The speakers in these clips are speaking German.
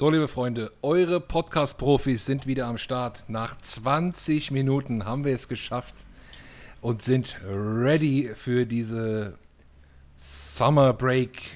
So, liebe Freunde, eure Podcast-Profis sind wieder am Start. Nach 20 Minuten haben wir es geschafft und sind ready für diese Summer Break,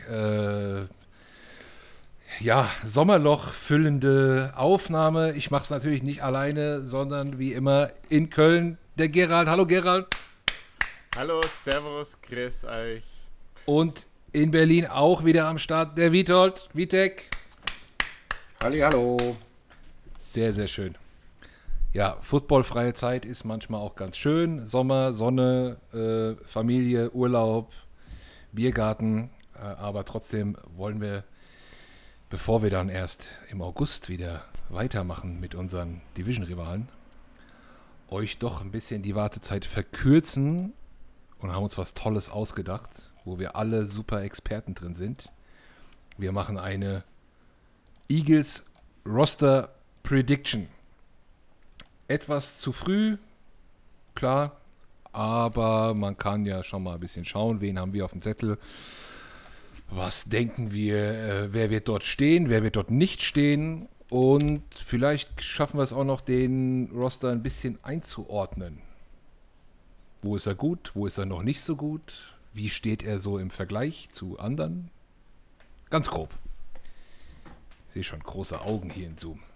Sommerloch füllende Aufnahme. Ich mache es natürlich nicht alleine, sondern wie immer in Köln der Gerald. Hallo Gerald. Hallo, servus, grüß euch. Und in Berlin auch wieder am Start der Witold, Witek. Hallo. Sehr, sehr schön. Ja, footballfreie Zeit ist manchmal auch ganz schön. Sommer, Sonne, Familie, Urlaub, Biergarten. Aber trotzdem wollen wir, bevor wir dann erst im August wieder weitermachen mit unseren Division-Rivalen, euch doch ein bisschen die Wartezeit verkürzen und haben uns was Tolles ausgedacht, wo wir alle super Experten drin sind. Wir machen eine Eagles Roster Prediction. Etwas zu früh, klar, aber man kann ja schon mal ein bisschen schauen, wen haben wir auf dem Zettel, was denken wir, wer wird dort stehen, wer wird dort nicht stehen und vielleicht schaffen wir es auch noch, den Roster ein bisschen einzuordnen. Wo ist er gut, wo ist er noch nicht so gut, wie steht er so im Vergleich zu anderen? Ganz grob. Ich sehe schon große Augen hier in Zoom.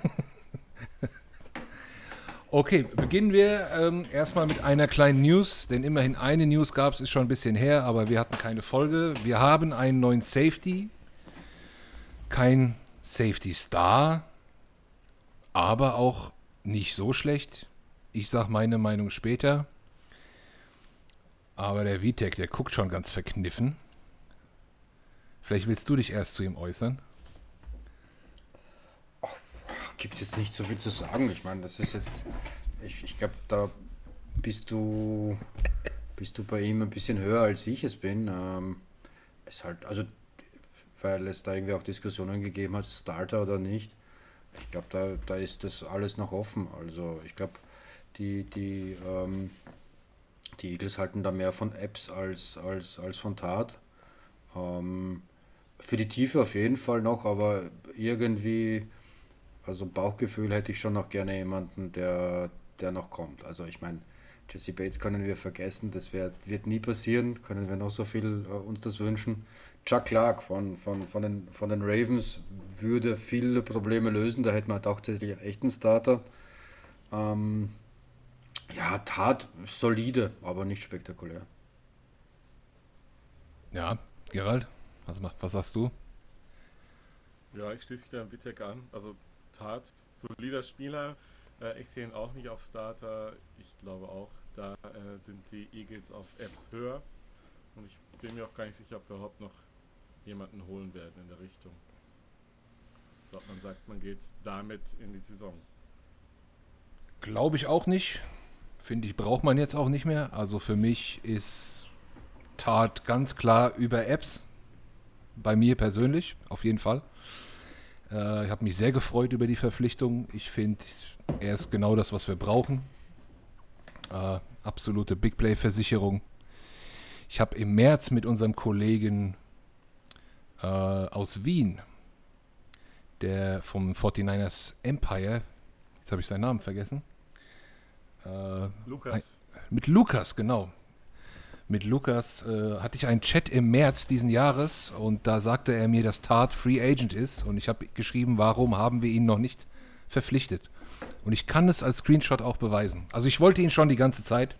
Okay, beginnen wir erstmal mit einer kleinen News, denn immerhin eine News gab es, ist schon ein bisschen her, aber wir hatten keine Folge. Wir haben einen neuen Safety, kein Safety Star, aber auch nicht so schlecht. Ich sage meine Meinung später, aber der Vitek, der guckt schon ganz verkniffen. Vielleicht willst du dich erst zu ihm äußern. Gibt jetzt nicht so viel zu sagen. Ich meine, das ist jetzt. Ich glaube, da bist du bei ihm ein bisschen höher als ich es bin. Ist halt, also, weil es da irgendwie auch Diskussionen gegeben hat, Starter oder nicht. Ich glaube, da ist das alles noch offen. Also ich glaube, die Eagles halten da mehr von Apps als von Tat. Für die Tiefe auf jeden Fall noch, aber irgendwie. Also Bauchgefühl hätte ich schon noch gerne jemanden, der noch kommt. Also ich meine, Jesse Bates können wir vergessen, das wird nie passieren, können wir noch so viel uns das wünschen. Chuck Clark von den Ravens würde viele Probleme lösen, da hätte man tatsächlich einen echten Starter. Tat solide, aber nicht spektakulär. Ja, Gerald, was sagst du? Ja, ich schließe mich da Witek an. Also Tat, solider Spieler. Ich sehe ihn auch nicht auf Starter. Ich glaube auch, da sind die Eagles auf Apps höher. Und ich bin mir auch gar nicht sicher, ob wir überhaupt noch jemanden holen werden in der Richtung. Ich glaube, man sagt, man geht damit in die Saison. Glaube ich auch nicht. Finde ich, braucht man jetzt auch nicht mehr. Also für mich ist Tat ganz klar über Apps. Bei mir persönlich, auf jeden Fall. Ich habe mich sehr gefreut über die Verpflichtung. Ich finde, er ist genau das, was wir brauchen. Absolute Big Play-Versicherung. Ich habe im März mit unserem Kollegen aus Wien, der vom 49ers Empire, jetzt habe ich seinen Namen vergessen. Lukas. Mit Lukas, genau. Mit Lukas hatte ich einen Chat im März diesen Jahres und da sagte er mir, dass Tat Free Agent ist und ich habe geschrieben, warum haben wir ihn noch nicht verpflichtet? Und ich kann es als Screenshot auch beweisen. Also ich wollte ihn schon die ganze Zeit.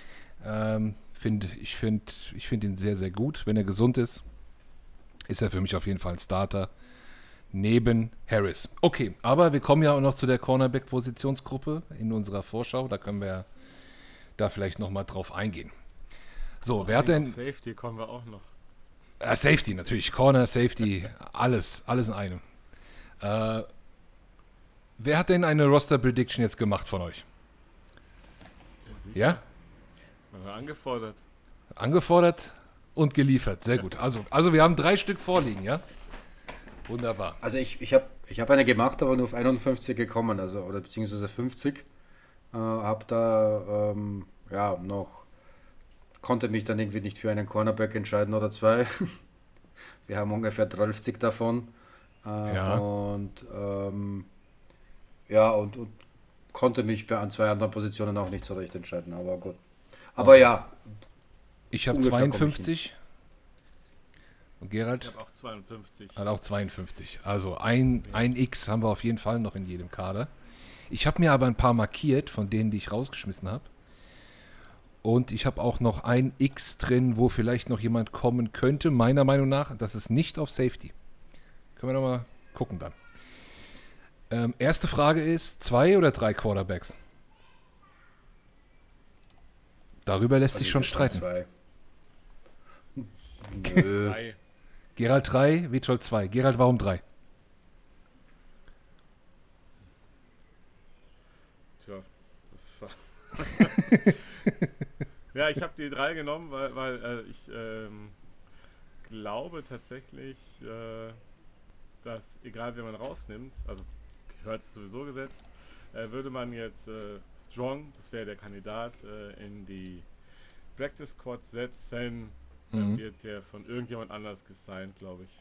Ich finde ihn sehr, sehr gut. Wenn er gesund ist, ist er für mich auf jeden Fall ein Starter neben Harris. Okay, aber wir kommen ja auch noch zu der Cornerback-Positionsgruppe in unserer Vorschau. Da können wir da vielleicht nochmal drauf eingehen. So, wer hat denn... Safety kommen wir auch noch. Safety natürlich, Corner, Safety, alles in einem. Wer hat denn eine Roster-Prediction jetzt gemacht von euch? Ja? Angefordert. Angefordert und geliefert, sehr gut. Also wir haben 3 Stück vorliegen, ja? Wunderbar. Also ich hab eine gemacht, aber nur auf 51 gekommen, also oder beziehungsweise 50. Hab da konnte mich dann irgendwie nicht für einen Cornerback entscheiden oder 2. Wir haben ungefähr 12 davon. Ja. Und konnte mich an zwei anderen Positionen auch nicht so recht entscheiden, aber gut. Aber ja, Ich habe ungefähr komme ich hin. 52 und Ich Gerald habe auch 52. hat auch 52. Also ein X haben wir auf jeden Fall noch in jedem Kader. Ich habe mir aber ein paar markiert, von denen, die ich rausgeschmissen habe. Und ich habe auch noch ein X drin, wo vielleicht noch jemand kommen könnte. Meiner Meinung nach, das ist nicht auf Safety. Können wir noch mal gucken dann. Erste Frage ist, 2 oder 3 Quarterbacks? Darüber lässt sich Also schon ich würd streiten. sagen zwei. Nö. 3. Gerald 3, Witold 2. Gerald, warum 3? Tja, das war. Ja, ich habe die 3 genommen, weil ich glaube tatsächlich, dass egal wen man rausnimmt, also gehört es sowieso gesetzt, würde man jetzt Strong, das wäre der Kandidat, in die Practice Squad setzen, dann wird der von irgendjemand anders gesigned, glaube ich.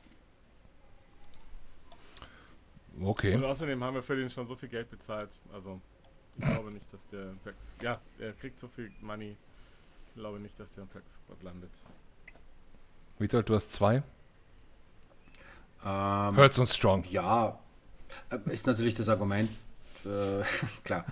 Okay. Und außerdem haben wir für den schon so viel Geld bezahlt, also ich glaube nicht, dass der Practice, ja, er kriegt so viel Money, ich glaube nicht, dass der im Practice Squad landet. Witold, du hast 2. Ähm, Hurts und Strong. ja, ist natürlich das Argument, klar.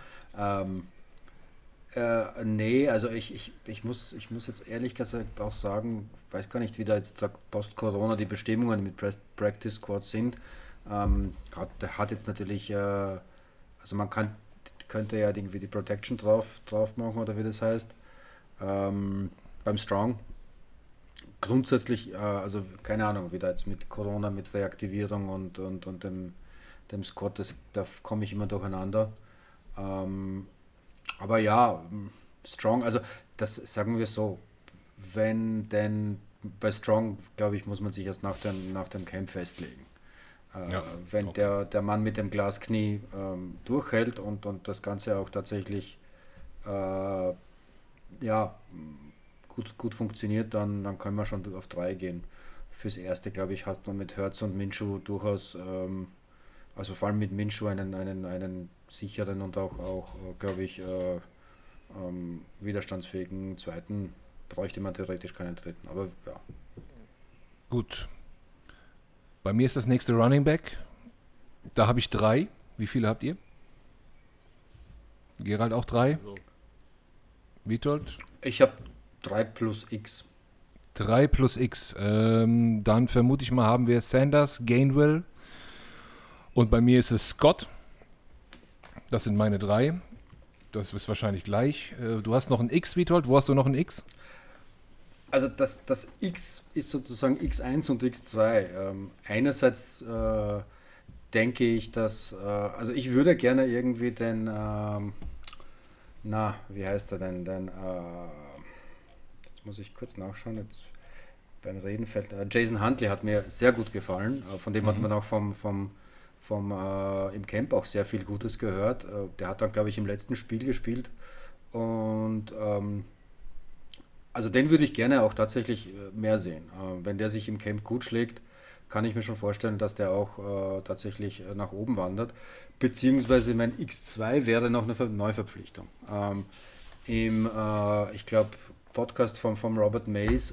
Nee, also ich muss jetzt ehrlich gesagt auch sagen, weiß gar nicht, wie da jetzt post-Corona die Bestimmungen mit Practice Squad sind. Hat jetzt natürlich, also könnte ja irgendwie die Protection drauf machen oder wie das heißt. Beim Strong. Grundsätzlich, also keine Ahnung, wie da jetzt mit Corona, mit Reaktivierung und dem Squad, da komme ich immer durcheinander. Ähm, aber ja, Strong, also das sagen wir so, wenn denn bei Strong, glaube ich, muss man sich erst nach dem Camp festlegen. Ja, Wenn okay. der Mann mit dem Glasknie durchhält und das Ganze auch tatsächlich äh, ja, gut funktioniert, dann können wir schon auf 3 gehen. Fürs Erste, glaube ich, hat man mit Hurts und Minshew durchaus, also vor allem mit Minshew einen sicheren und auch glaube ich, widerstandsfähigen zweiten. Bräuchte man theoretisch keinen dritten. Aber ja, Gut. Bei mir ist das nächste Running Back. Da habe ich 3. Wie viele habt ihr? Gerald auch 3. So, Witold? ich habe 3 plus X. 3 plus X. Dann vermute ich mal, haben wir Sanders, Gainwell und bei mir ist es Scott. Das sind meine 3. Das ist wahrscheinlich gleich. Du hast noch ein X, Witold. Wo hast du noch ein X? Also das X ist sozusagen X1 und X2. Einerseits denke ich, also ich würde gerne irgendwie wie heißt er denn? Jetzt muss ich kurz nachschauen, jetzt beim Reden fällt, Jason Huntley hat mir sehr gut gefallen, von dem hat man auch im Camp auch sehr viel Gutes gehört. Der hat dann, glaube ich, im letzten Spiel gespielt und also den würde ich gerne auch tatsächlich mehr sehen. Wenn der sich im Camp gut schlägt, kann ich mir schon vorstellen, dass der auch tatsächlich nach oben wandert. Beziehungsweise mein X2 wäre noch eine Neuverpflichtung. Ich glaube, Podcast vom Robert Mays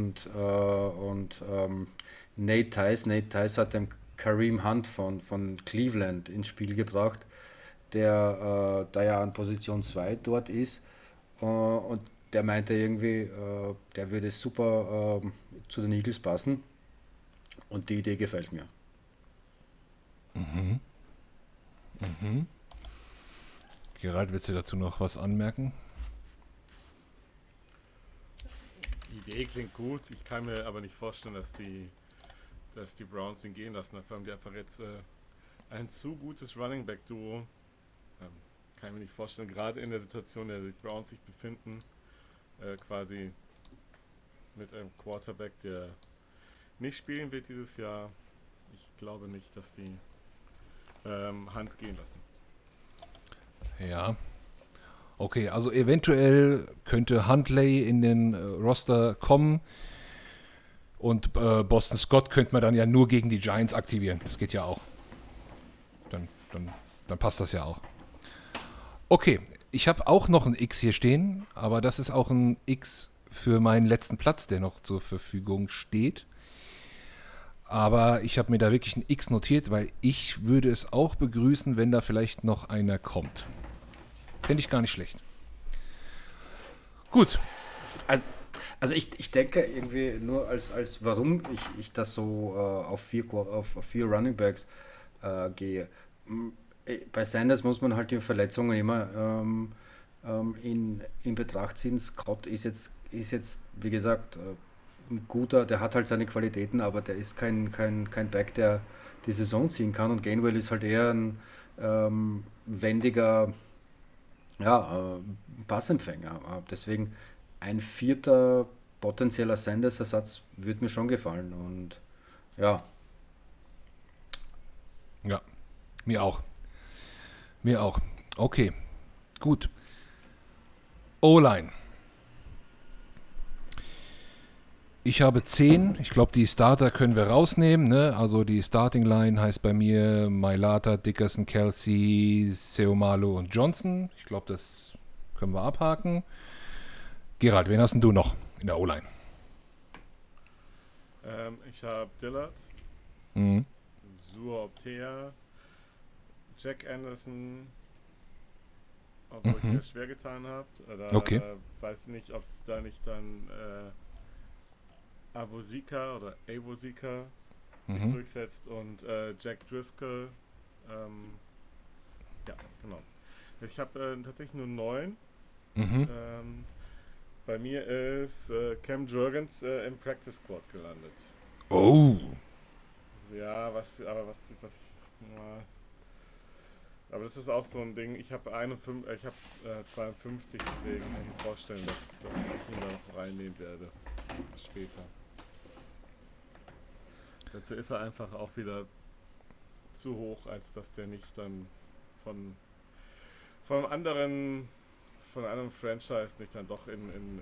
und Nate Tice hat den Kareem Hunt von Cleveland ins Spiel gebracht, der da ja an Position 2 dort ist. Und der meinte irgendwie, der würde super zu den Eagles passen. Und die Idee gefällt mir. Gerald, willst du dazu noch was anmerken? die Idee klingt gut, ich kann mir aber nicht vorstellen, dass die Browns ihn gehen lassen. Dafür haben die einfach jetzt ein zu gutes Running Back Duo. Kann ich mir nicht vorstellen, gerade in der Situation, in der die Browns sich befinden, quasi mit einem Quarterback, der nicht spielen wird dieses Jahr. Ich glaube nicht, dass die Hand gehen lassen. Ja. Okay, also eventuell könnte Huntley in den Roster kommen Und Boston Scott könnte man dann ja nur gegen die Giants aktivieren. Das geht ja auch. Dann passt das ja auch. Okay, ich habe auch noch ein X hier stehen, aber das ist auch ein X für meinen letzten Platz, der noch zur Verfügung steht. Aber ich habe mir da wirklich ein X notiert, weil ich würde es auch begrüßen, wenn da vielleicht noch einer kommt. Fände ich gar nicht schlecht. Gut. Also ich denke irgendwie nur als warum ich das so auf vier Running Backs gehe. Bei Sanders muss man halt die Verletzungen immer in Betracht ziehen. Scott ist jetzt wie gesagt, ein guter, der hat halt seine Qualitäten, aber der ist kein Back, der die Saison ziehen kann. Und Gainwell ist halt eher ein wendiger, ja, Passempfänger. Deswegen ein vierter potenzieller Sanders-Ersatz würde mir schon gefallen. Und ja, Ja, mir auch. Mir auch. Okay, gut. O-Line. Ich habe 10. Ich glaube, die Starter können wir rausnehmen. Ne? Also die Starting Line heißt bei mir Mailata, Dickerson, Kelsey, Seumalo und Johnson. Ich glaube, das können wir abhaken. Gerald, wen hast denn du noch in der O-Line? Ich habe Dillard, Mhm. Suoptea, Jack Anderson, obwohl ich mir das schwer getan habe. Oder Okay. weiß nicht, ob es da nicht dann Avosika oder Avosika sich Mhm. durchsetzt und Jack Driscoll. Ja, genau. Ich habe tatsächlich nur 9. Mhm. Bei mir ist Cam Jurgens im Practice Squad gelandet. Oh. Ja, aber das ist auch so ein Ding. Ich habe 52, deswegen kann ich mir vorstellen, dass ich ihn da noch reinnehmen werde. Später. Dazu ist er einfach auch wieder zu hoch, als dass der nicht dann von einem anderen Franchise nicht dann doch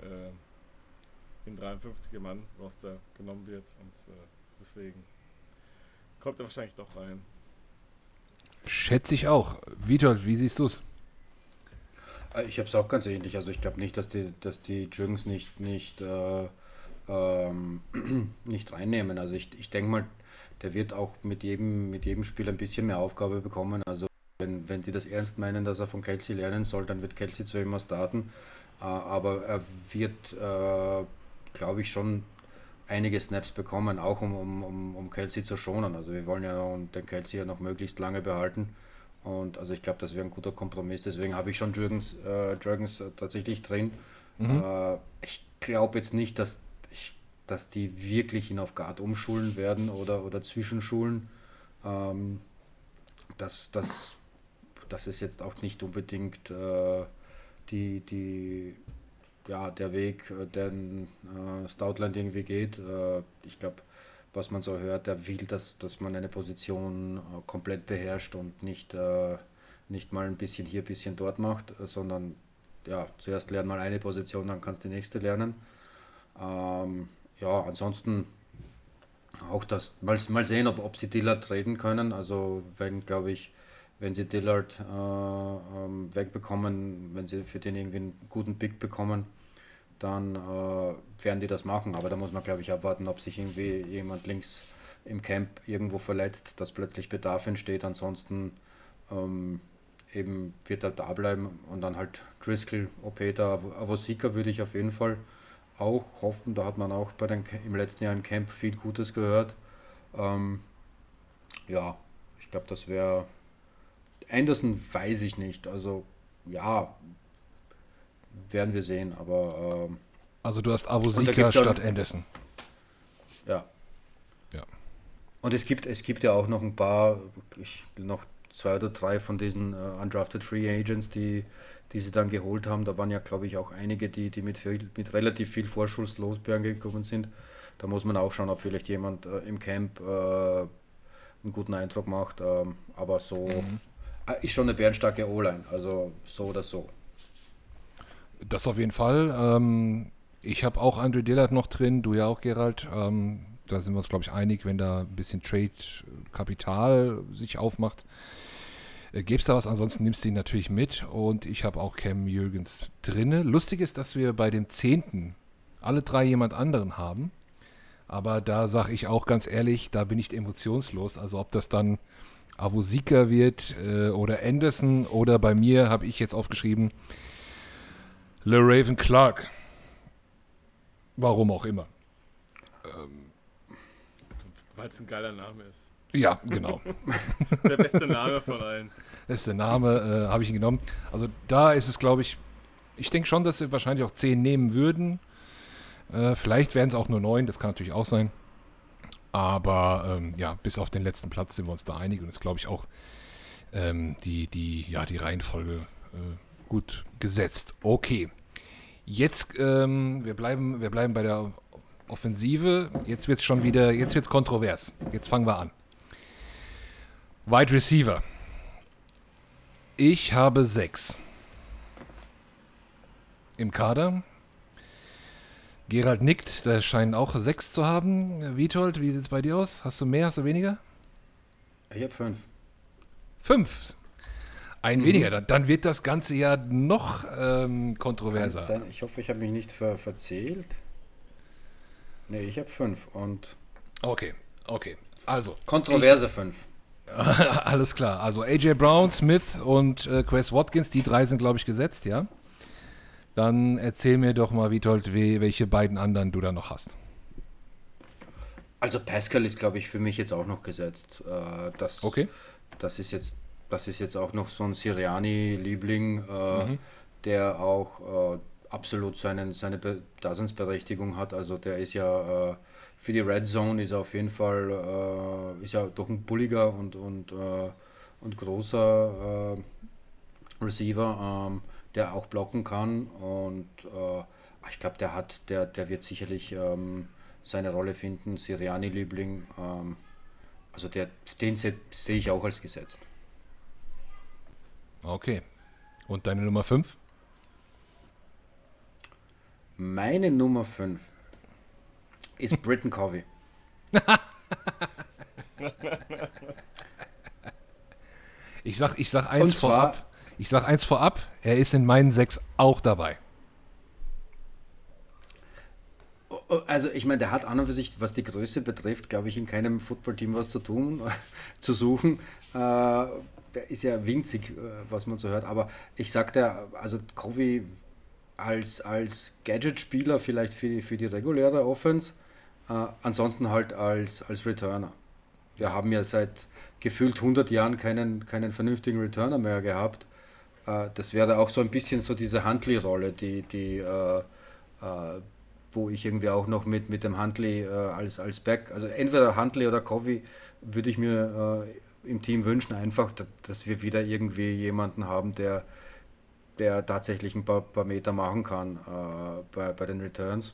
in 53er Mann Roster genommen wird und deswegen kommt er wahrscheinlich doch rein. Schätze ich auch. Witold, wie siehst du es? ich habe es auch ganz ähnlich. Also ich glaube nicht, dass die Jürgens nicht reinnehmen. Also ich denke mal, der wird auch mit jedem Spiel ein bisschen mehr Aufgabe bekommen. Also wenn sie das ernst meinen, dass er von Kelsey lernen soll, dann wird Kelsey zwar immer starten, aber er wird, glaube ich, schon einige Snaps bekommen, auch um Kelsey zu schonen. Also wir wollen ja den Kelsey ja noch möglichst lange behalten. Und also ich glaube, das wäre ein guter Kompromiss. Deswegen habe ich schon Jürgens tatsächlich drin. Mhm. Ich glaube jetzt nicht, dass die wirklich ihn auf Guard umschulen werden oder zwischenschulen. Ähm, das ist jetzt auch nicht unbedingt die, ja, der Weg, den Stoutland irgendwie geht. Ich glaube, was man so hört, der will, dass man eine Position komplett beherrscht und nicht mal ein bisschen hier, ein bisschen dort macht, sondern ja, zuerst lern mal eine Position, dann kannst du die nächste lernen. Ja, ansonsten auch das, mal sehen, ob sie Dillard traden können. Also glaube ich, wenn sie Dillard wegbekommen, wenn sie für den irgendwie einen guten Pick bekommen, dann werden die das machen. Aber da muss man, glaube ich, abwarten, ob sich irgendwie jemand links im Camp irgendwo verletzt, dass plötzlich Bedarf entsteht. Ansonsten eben wird er da bleiben und dann halt Driscoll, Opeta, Avosika würde ich auf jeden Fall auch hoffen. Da hat man auch im letzten Jahr im Camp viel Gutes gehört. Ähm, ja, ich glaube, das wäre. Anderson weiß ich nicht. Also ja, werden wir sehen. Aber Also du hast und da Avosika gibt's statt ja, Anderson. ja. Ja. Und es gibt ja auch noch ein paar, noch zwei oder drei von diesen undrafted Free Agents, die sie dann geholt haben. Da waren ja, glaube ich, auch einige, die mit relativ viel Vorschusslosbeeren gekommen sind. Da muss man auch schauen, ob vielleicht jemand im Camp einen guten Eindruck macht. Aber so ist schon eine bärenstarke O-Line. Also so oder so. Das auf jeden Fall. Ich habe auch Andre Dillard noch drin, du ja auch, Gerald. Da sind wir uns, glaube ich, einig, wenn da ein bisschen Trade-Kapital sich aufmacht. Gäbe es da was, ansonsten nimmst du ihn natürlich mit. Und ich habe auch Cam Jürgens drinne. Lustig ist, dass wir bei dem 10. alle 3 jemand anderen haben. Aber da sage ich auch ganz ehrlich, da bin ich emotionslos. Also ob das dann Avosika wird oder Anderson oder bei mir habe ich jetzt aufgeschrieben LeRaven Clark. Warum auch immer. Weil es ein geiler Name ist. Ja, genau. Der beste Name von allen. Das ist der Name, habe ich ihn genommen. Also da ist es, glaube ich denke schon, dass wir wahrscheinlich auch 10 nehmen würden. Vielleicht werden es auch nur 9, das kann natürlich auch sein. Aber ja, bis auf den letzten Platz sind wir uns da einig und ist, glaube ich, auch die Reihenfolge gut gesetzt. Okay. Jetzt, wir bleiben bei der Offensive. Jetzt wird es kontrovers. Jetzt fangen wir an. Wide Receiver. Ich habe 6 im Kader. Gerald nickt, der scheint auch 6 zu haben. Witold, wie sieht es bei dir aus? Hast du mehr, hast du weniger? Ich habe 5. 5. Ein weniger, dann wird das Ganze ja noch kontroverser. Ich hoffe, ich habe mich nicht verzählt. Nee, ich habe 5 und... Okay. Also. Kontroverse 5. Alles klar. Also AJ Brown, Smith und Quez Watkins, die 3 sind, glaube ich, gesetzt, ja? Dann erzähl mir doch mal, Witold, welche beiden anderen du da noch hast. Also Pascal ist, glaube ich, für mich jetzt auch noch gesetzt. Okay. Das ist jetzt auch noch so ein Sirianni-Liebling, der auch absolut seine Daseinsberechtigung hat. Also der ist ja für die Red Zone ist er auf jeden Fall ist ja doch ein bulliger und großer Receiver, der auch blocken kann. Und ich glaube, der wird sicherlich seine Rolle finden. Sirianni-Liebling. Also den sehe ich auch als gesetzt. Okay. Und deine Nummer 5? Meine Nummer 5 ist Britton Covey. Ich sag eins vorab. Ich sag eins vorab, er ist in meinen 6 auch dabei. Also ich meine, der hat an und für sich, was die Größe betrifft, glaube ich, in keinem Footballteam was zu tun, zu suchen. Der ist ja winzig, was man so hört. Aber ich sagte, also Covey als Gadget-Spieler vielleicht für die reguläre Offense, ansonsten halt als Returner. Wir haben ja seit gefühlt 100 Jahren keinen vernünftigen Returner mehr gehabt. Das wäre auch so ein bisschen so diese Huntley-Rolle, wo ich irgendwie auch noch mit dem Huntley als Back, also entweder Huntley oder Covey würde ich mir im Team wünschen, einfach, dass wir wieder irgendwie jemanden haben, der tatsächlich ein paar Meter machen kann bei den Returns.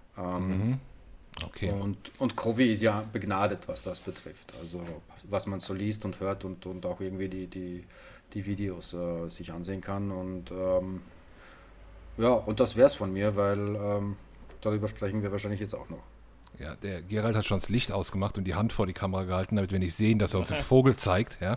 Okay. Und Covey ist ja begnadet, was das betrifft. Also was man so liest und hört und auch irgendwie die Videos sich ansehen kann. Und ja, und das wär's von mir, weil darüber sprechen wir wahrscheinlich jetzt auch noch. Ja, der Gerald hat schon das Licht ausgemacht und die Hand vor die Kamera gehalten, damit wir nicht sehen, dass er uns einen Vogel zeigt. Ja.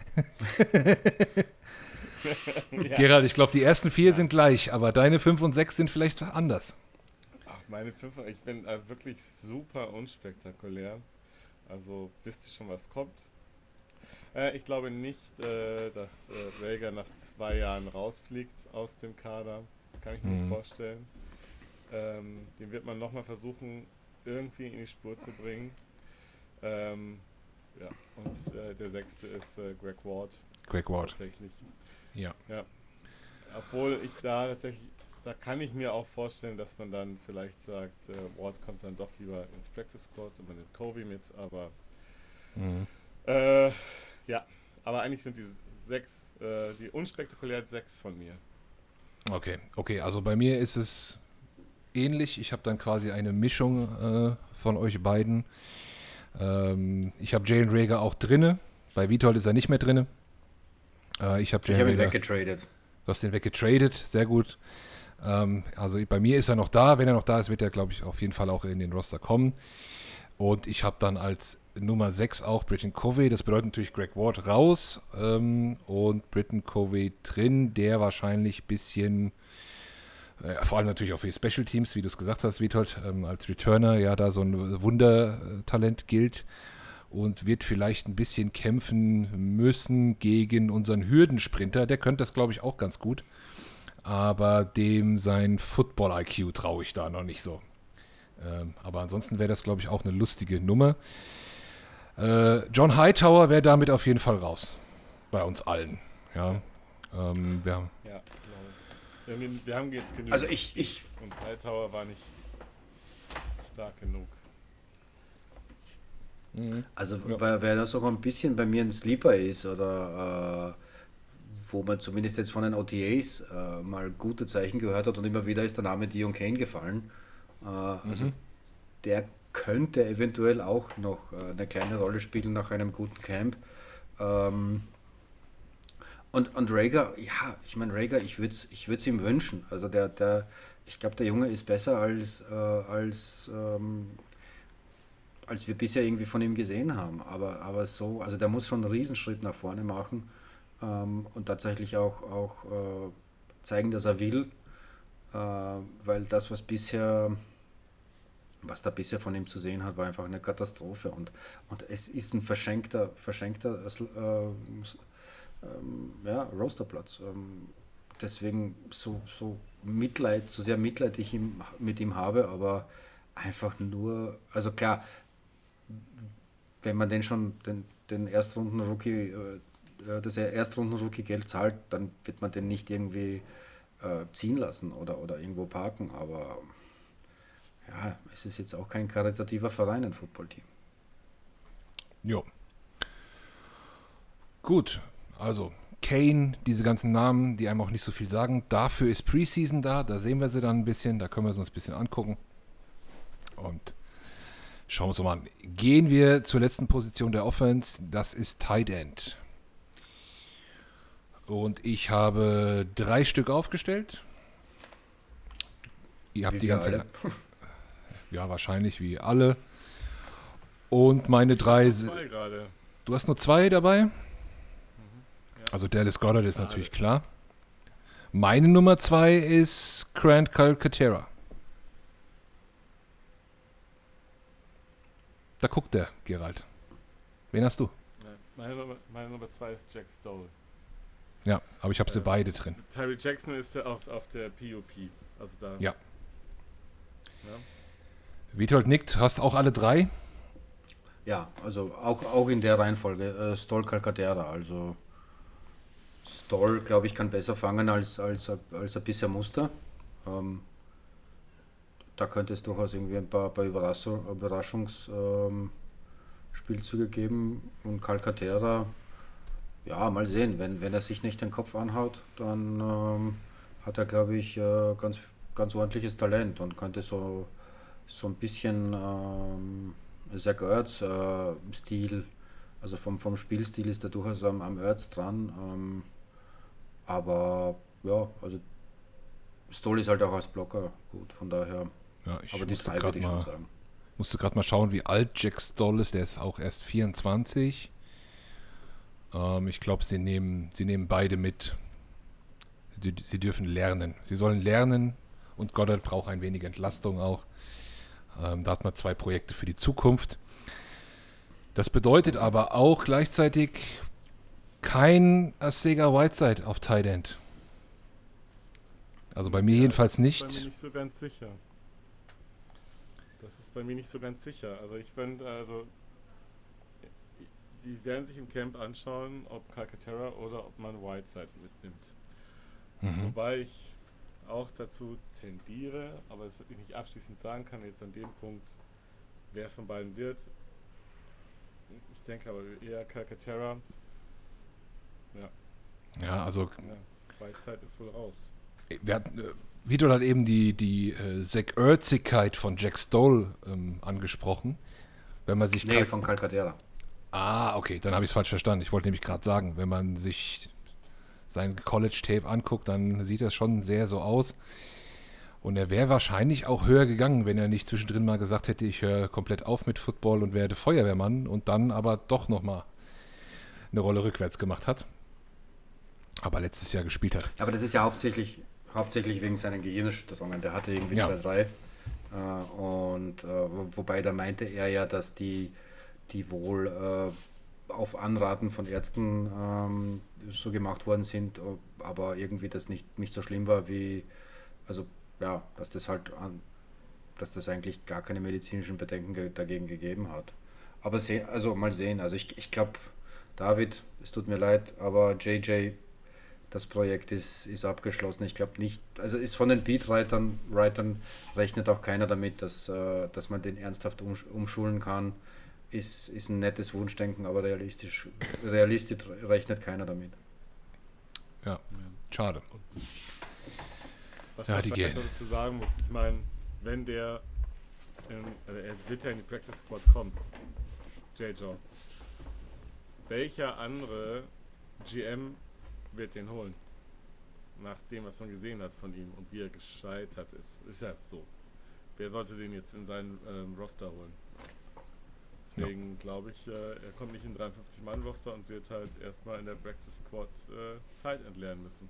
Ja. Gerald, ich glaube, die ersten 4 sind gleich, aber deine 5 und 6 sind vielleicht anders. Ach, meine 5, ich bin wirklich super unspektakulär. Also wisst ihr schon, was kommt? Ich glaube nicht, dass Rager nach 2 Jahren rausfliegt aus dem Kader. Kann ich mir nicht vorstellen. Den wird man nochmal versuchen, irgendwie in die Spur zu bringen. Ja, und der 6. ist Greg Ward. Greg Ward. Tatsächlich. Ja. Obwohl ich da tatsächlich, da kann ich mir auch vorstellen, dass man dann vielleicht sagt, Ward kommt dann doch lieber ins Practice Squad und man nimmt Covey mit, aber ja, aber eigentlich sind die 6, die unspektakulären 6 von mir. Okay, also bei mir ist es ähnlich. Ich habe dann quasi eine Mischung von euch beiden. Ich habe Jalen Reagor auch drinne. Bei Witold ist er nicht mehr drinne. Ich habe ihn weggetradet. Du hast den weggetradet, sehr gut. Also bei mir ist er noch da. Wenn er noch da ist, wird er, glaube ich, auf jeden Fall auch in den Roster kommen. Und ich habe dann als Nummer 6 auch Britton Covey. Das bedeutet natürlich Greg Ward raus und Britton Covey drin, der wahrscheinlich ein bisschen, vor allem natürlich auch für die Special Teams, wie du es gesagt hast, Witold, als Returner ja da so ein Wundertalent gilt und wird vielleicht ein bisschen kämpfen müssen gegen unseren Hürdensprinter. Der könnte das, glaube ich, auch ganz gut. Aber dem sein Football-IQ traue ich da noch nicht so. Aber ansonsten wäre das, glaube ich, auch eine lustige Nummer. John Hightower wäre damit auf jeden Fall raus. Bei uns allen. Ja, wir haben, Ja, genau. Wir haben jetzt genug. Also ich Und Hightower war nicht stark genug. Also weil das auch ein bisschen bei mir ein Sleeper ist oder wo man zumindest jetzt von den OTAs mal gute Zeichen gehört hat und immer wieder ist der Name Dion Kane gefallen. Also der könnte eventuell auch noch eine kleine Rolle spielen nach einem guten Camp. Und Rager, ja, ich meine Rager, ich würde es ihm wünschen. Also ich glaube, der Junge ist besser als wir bisher irgendwie von ihm gesehen haben. Aber so, also der muss schon einen Riesenschritt nach vorne machen und tatsächlich auch zeigen, dass er will, weil das, was da bisher von ihm zu sehen hat, war einfach eine Katastrophe und es ist ein verschenkter ja, Rosterplatz. Deswegen so sehr Mitleid ich mit ihm habe, aber einfach nur, also klar, wenn man den Erstrunden-Rookie, das Erstrunden-Rookie-Geld zahlt, dann wird man den nicht irgendwie ziehen lassen oder irgendwo parken, aber ja, es ist jetzt auch kein karitativer Verein, ein Footballteam. jo. Gut, also Kane, diese ganzen Namen, die einem auch nicht so viel sagen. Dafür ist Preseason da sehen wir sie dann ein bisschen, da können wir sie uns ein bisschen angucken. Und schauen wir uns mal an. Gehen wir zur letzten Position der Offense, das ist Tight End. Und ich habe 3 Stück aufgestellt. Ihr habt Wie die wir ganze alle. ja, wahrscheinlich wie alle. Und meine 3 Zwei gerade. Du hast nur 2 dabei? Ja. Also Dallas Goedert ist natürlich klar. Meine Nummer 2 ist Grant Calcaterra. Da guckt der, Gerald. Wen hast du? Meine Nummer 2 ist Jack Stoll. Ja, aber ich habe sie beide drin. Tyree Jackson ist auf der POP. Also da. Ja. Ja. Witold nickt, hast auch alle 3? Ja, also auch in der Reihenfolge. Stoll Calcaterra, also Stoll, glaube ich, kann besser fangen als er bisher musste. Da könnte es durchaus irgendwie ein paar Überraschungsspielzüge geben. Und Calcaterra, ja, mal sehen. Wenn er sich nicht den Kopf anhaut, dann hat er, glaube ich, ganz ordentliches Talent und könnte so ein bisschen Zach Ertz Stil, also vom Spielstil ist er durchaus am Ertz dran. Aber ja, also Stoll ist halt auch als Blocker gut, von daher. Ja, ich Aber die musste 3 würde gerade ich schon mal, sagen. schauen, wie alt Jack Stoll ist. Der ist auch erst 24. Ich glaube, sie nehmen beide mit. Sie dürfen lernen. Sie sollen lernen und Goddard braucht ein wenig Entlastung auch. Da hat man 2 Projekte für die Zukunft. Das bedeutet aber auch gleichzeitig kein Arcega Whiteside auf Tight End. Also bei mir jedenfalls Das ist bei mir nicht. nicht so ganz sicher. Das ist bei mir nicht so ganz sicher. Also die werden sich im Camp anschauen, ob Calcaterra oder ob man Whiteside mitnimmt. Mhm. Wobei ich auch dazu tendiere, aber es wirklich nicht abschließend sagen kann, jetzt an dem Punkt, wer es von beiden wird. Ich denke aber eher Calcaterra. Ja, Ja, also Whiteside ist wohl raus. Vito hat eben die Zach Ertzigkeit von Jack Stoll angesprochen. Wenn man sich Nee, von Calcaterra. okay, dann habe ich es falsch verstanden. Ich wollte nämlich gerade sagen, wenn man sich sein College-Tape anguckt, dann sieht das schon sehr so aus. Und er wäre wahrscheinlich auch höher gegangen, wenn er nicht zwischendrin mal gesagt hätte, ich höre komplett auf mit Football und werde Feuerwehrmann und dann aber doch nochmal eine Rolle rückwärts gemacht hat. Aber letztes Jahr gespielt hat. Aber das ist ja hauptsächlich wegen seinen Gehirnerschütterungen. Der hatte irgendwie Ja. 2, 3. Wobei da meinte er ja, dass die wohl auf Anraten von Ärzten so gemacht worden sind, aber irgendwie das nicht so schlimm war wie, also ja, dass das eigentlich gar keine medizinischen Bedenken dagegen gegeben hat. Aber also mal sehen, also ich glaube, David, es tut mir leid, aber JJ, das Projekt ist abgeschlossen. Ich glaube nicht, also ist von den Beatwritern rechnet auch keiner damit, dass man den ernsthaft umschulen kann. Ist ein nettes Wunschdenken, aber realistisch rechnet keiner damit. Ja, schade. Was Ja, ich die vielleicht gehen. dazu sagen muss, ich meine, wenn er wird ja in die Practice Squad kommen, J-Joe. Welcher andere GM wird den holen? Nach dem, was man gesehen hat von ihm und wie er gescheitert ist. Ist ja so. Wer sollte den jetzt in seinen Roster holen? Deswegen glaube ich, er kommt nicht in 53-Mann-Roster und wird halt erstmal in der Practice Squad Tight End lernen müssen.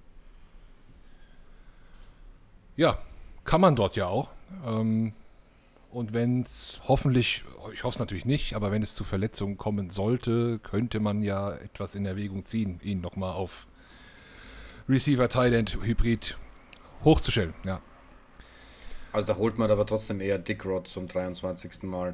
Ja, kann man dort ja auch. Und wenn es hoffentlich, ich hoffe es natürlich nicht, aber wenn es zu Verletzungen kommen sollte, könnte man ja etwas in Erwägung ziehen, ihn nochmal auf Receiver, Tight End, Hybrid hochzustellen. Ja, Also da holt man aber trotzdem eher Dick Rod zum 23. Mal.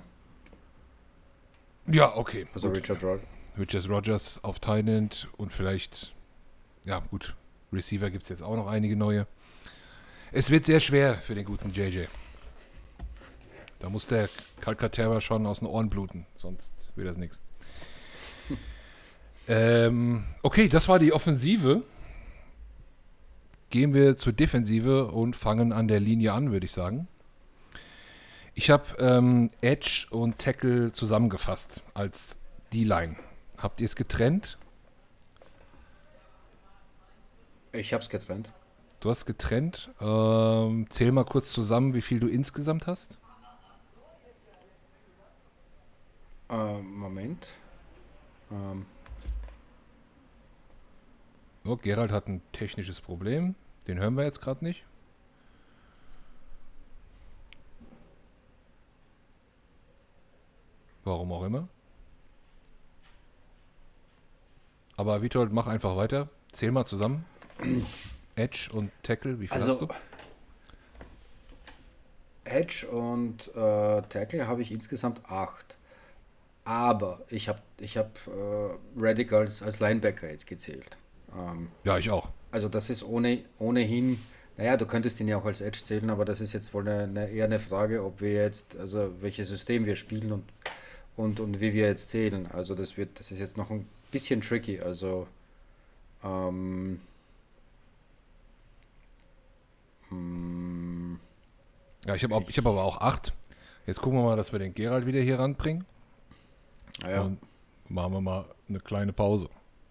ja, okay. Also gut. Richard Rod. Richard Rodgers auf Tight End und vielleicht, ja gut, Receiver gibt es jetzt auch noch einige neue. Es wird sehr schwer für den guten JJ. Da muss der Calcaterra schon aus den Ohren bluten, sonst wird das nichts. Okay, das war die Offensive. Gehen wir zur Defensive und fangen an der Linie an, würde ich sagen. Ich habe Edge und Tackle zusammengefasst als D-Line. Habt ihr es getrennt? Ich hab's getrennt. Du hast getrennt. Zähl mal kurz zusammen, wie viel du insgesamt hast. Moment. Oh, Gerald hat ein technisches Problem. Den hören wir jetzt gerade nicht. Warum auch immer. Aber Witold, mach einfach weiter. Zähl mal zusammen. Edge und Tackle, wie viel hast du? Edge und Tackle habe ich insgesamt 8. Aber ich hab Reddick als Linebacker jetzt gezählt. Ja, ich auch. Also das ist ohnehin, naja, du könntest ihn ja auch als Edge zählen, aber das ist jetzt wohl eher eine Frage, ob wir jetzt, also welches System wir spielen und wie wir jetzt zählen. Also das ist jetzt noch ein bisschen tricky. Also Ja, ich hab aber auch 8. Jetzt gucken wir mal, dass wir den Gerald wieder hier ranbringen. naja, Und machen wir mal eine kleine Pause.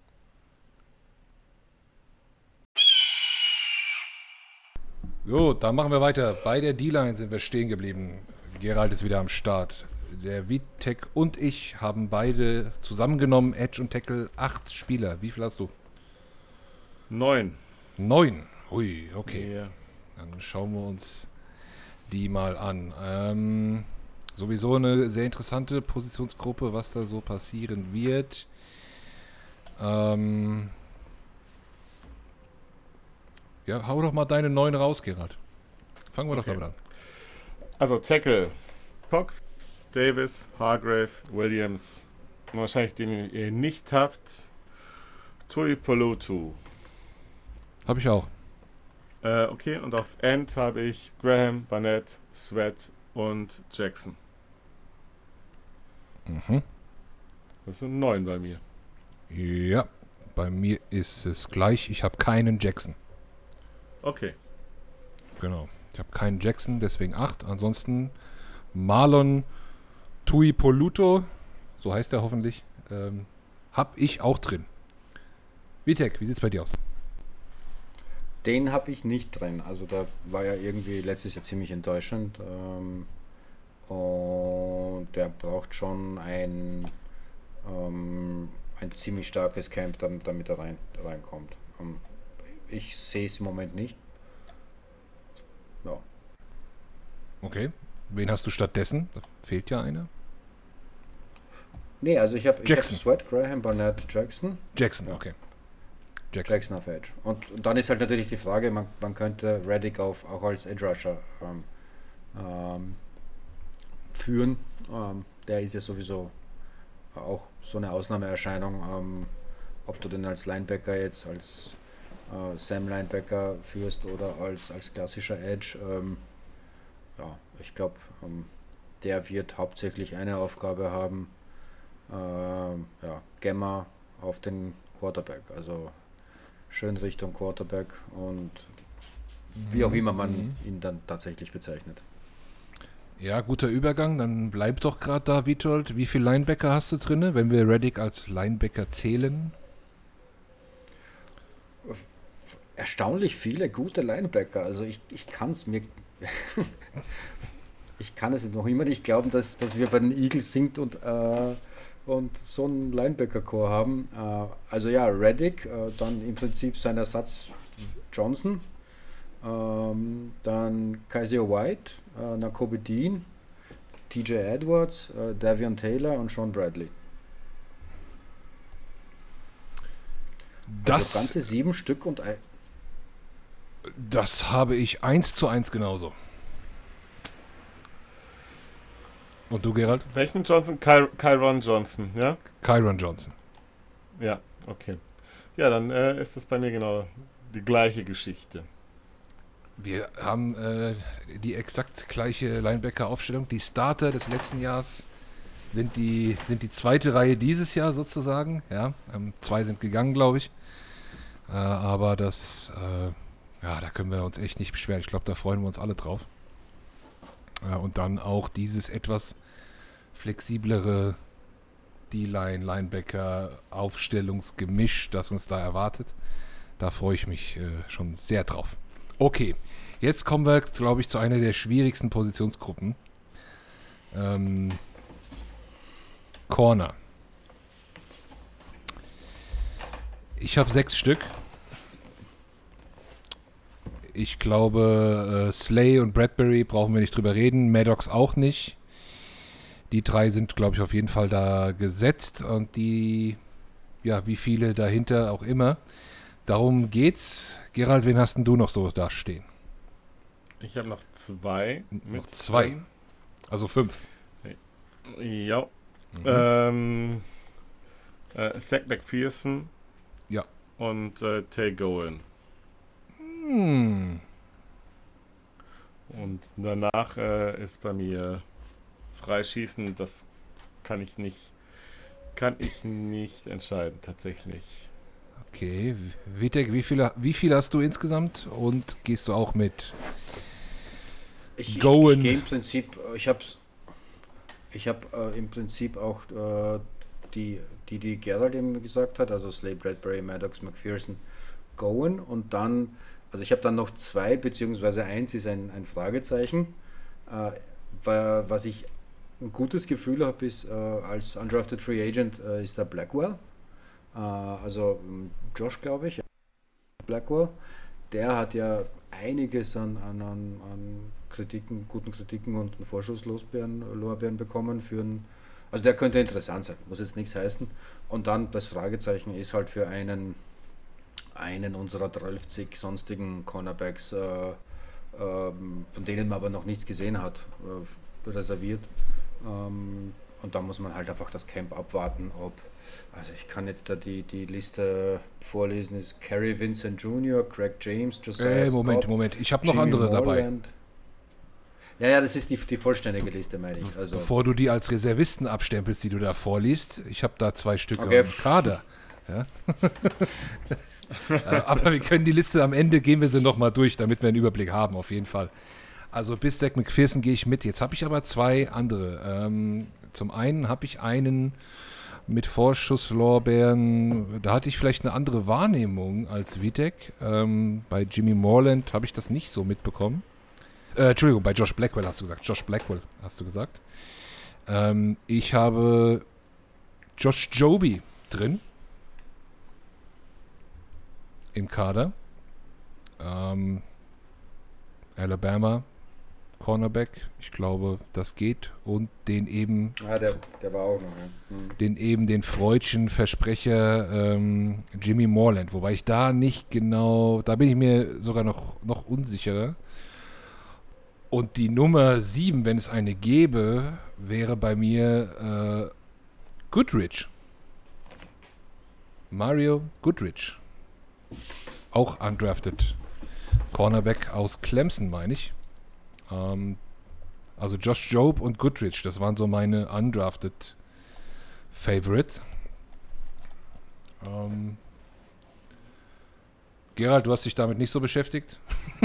Gut, dann machen wir weiter. Bei der D-Line sind wir stehen geblieben. Gerald ist wieder am Start. Der Vitek und ich haben beide zusammengenommen, Edge und Tackle, 8 Spieler. Wie viel hast du? 9. 9. Hui, okay. Ja. Dann schauen wir uns die mal an. Sowieso eine sehr interessante Positionsgruppe, was da so passieren wird. Ja, hau doch mal deine 9 raus, Gerald. Fangen wir Okay. doch damit an. Also Tackle. Cox, Davis, Hargrave, Williams. Und wahrscheinlich den ihr nicht habt. Tuipulotu. Habe ich auch. Okay, und auf End habe ich Graham, Barnett, Sweat und Jackson. Mhm. Das sind 9 bei mir. Ja, bei mir ist es gleich. Ich habe keinen Jackson. Okay. Genau. Ich habe keinen Jackson, deswegen 8. Ansonsten Marlon Tuipulotu, so heißt er hoffentlich, habe ich auch drin. Vitek, wie sieht's bei dir aus? Den habe ich nicht drin. Also da war ja irgendwie letztes Jahr ziemlich enttäuschend. Und der braucht schon ein ziemlich starkes Camp, damit er reinkommt. Ich sehe es im Moment nicht. Ja. Okay. Wen hast du stattdessen? Da fehlt ja einer. Nee, also ich hab Jackson. Sweat, Graham, Barnett, Jackson. Jackson, Ja. okay. Jackson. Jackson auf Edge. Und dann ist halt natürlich die Frage, man könnte Reddick auch als Edge Rusher führen. Der ist ja sowieso auch so eine Ausnahmeerscheinung. Ob du den als Linebacker jetzt, als Sam Linebacker führst oder als klassischer Edge. Ja, ich glaube, der wird hauptsächlich eine Aufgabe haben, ja, Gamma auf den Quarterback, also schön Richtung Quarterback und wie auch immer man ihn dann tatsächlich bezeichnet. Ja, guter Übergang. Dann bleib doch gerade da, Witold. Wie viele Linebacker hast du drin, wenn wir Reddick als Linebacker zählen? Erstaunlich viele gute Linebacker. Also ich kann es mir ich kann es noch immer nicht glauben, dass wir bei den Eagles sind und so einen Linebacker-Core haben. Also ja, Reddick, dann im Prinzip sein Ersatz Johnson, dann Kaiser White, Nakobe Dean, TJ Edwards, Davion Taylor und Sean Bradley. Also ganze 7 Stück und Das habe ich 1:1 genauso. Und du, Gerald? Welchen Johnson? Kyron Johnson, ja? Kyron Johnson. Ja, okay. Ja, dann ist das bei mir genau die gleiche Geschichte. Wir haben die exakt gleiche Linebacker-Aufstellung. Die Starter des letzten Jahres sind die zweite Reihe dieses Jahr sozusagen. Ja, 2 sind gegangen, glaube ich. Aber das, ja, da können wir uns echt nicht beschweren. Ich glaube, da freuen wir uns alle drauf. Und dann auch dieses etwas flexiblere D-Line, Linebacker, Aufstellungsgemisch, das uns da erwartet. Da freue ich mich schon sehr drauf. Okay, jetzt kommen wir, glaube ich, zu einer der schwierigsten Positionsgruppen. Corner. Ich habe 6 Stück. Ich glaube, Slay und Bradbury brauchen wir nicht drüber reden. Maddox auch nicht. Die 3 sind, glaube ich, auf jeden Fall da gesetzt. Und die, ja, wie viele dahinter auch immer. Darum geht's. Gerald, wen hast denn du noch so da stehen? Ich habe noch 2. Noch 2. Also 5. Ja. Zach McPherson. Ja. Und Tay Gowan. Hm. Und danach ist bei mir Freischießen. Das kann ich nicht entscheiden, tatsächlich. Okay. Vitek, wie viel hast du insgesamt? Und gehst du auch mit Gowan? Ich gehe im Prinzip, ich habe im Prinzip auch die Gerald eben gesagt hat, also Slay, Bradbury, Maddox, McPherson, Gowan und dann, also ich habe dann noch 2, beziehungsweise 1 ist ein Fragezeichen. Was ich ein gutes Gefühl habe, ist als Undrafted Free Agent ist der Blackwell. Also Josh, glaube ich, Blackwell. Der hat ja einiges an Kritiken, guten Kritiken und Vorschusslorbeeren bekommen also der könnte interessant sein, muss jetzt nichts heißen. Und dann das Fragezeichen ist halt für einen unserer 12 sonstigen Cornerbacks, von denen man aber noch nichts gesehen hat, reserviert. Und da muss man halt einfach das Camp abwarten, also ich kann jetzt da die Liste vorlesen, ist Kerry Vincent Jr., Greg James, Josiah Scott, Moment, ich habe noch Jimmy andere dabei. Moreland. Ja, das ist die vollständige Liste, meine ich. Also, Bevor du die als Reservisten abstempelst, die du da vorliest, ich habe da 2 Stück Okay. im Kader. Ja? Aber wir können die Liste am Ende, gehen wir sie nochmal durch, damit wir einen Überblick haben, auf jeden Fall. Also bis Zach McPherson gehe ich mit. Jetzt habe ich aber 2 andere. Zum einen habe ich einen, mit Vorschusslorbeeren. Da hatte ich vielleicht eine andere Wahrnehmung als Vitek. Bei Jimmy Moreland habe ich das nicht so mitbekommen. Entschuldigung, bei Josh Blackwell hast du gesagt. Josh Blackwell hast du gesagt. Ich habe Josh Joby drin im Kader. Alabama Cornerback, ich glaube, das geht. Und den eben der war auch noch, ja. den freudschen Versprecher Jimmy Moreland, wobei ich da nicht genau, da bin ich mir sogar noch unsicherer. Und die Nummer 7, wenn es eine gäbe, wäre bei mir Goodrich. Mario Goodrich. Auch undrafted. Cornerback aus Clemson, meine ich. Also Josh Jobe und Goodrich, das waren so meine undrafted Favorites. Gerald, du hast dich damit nicht so beschäftigt?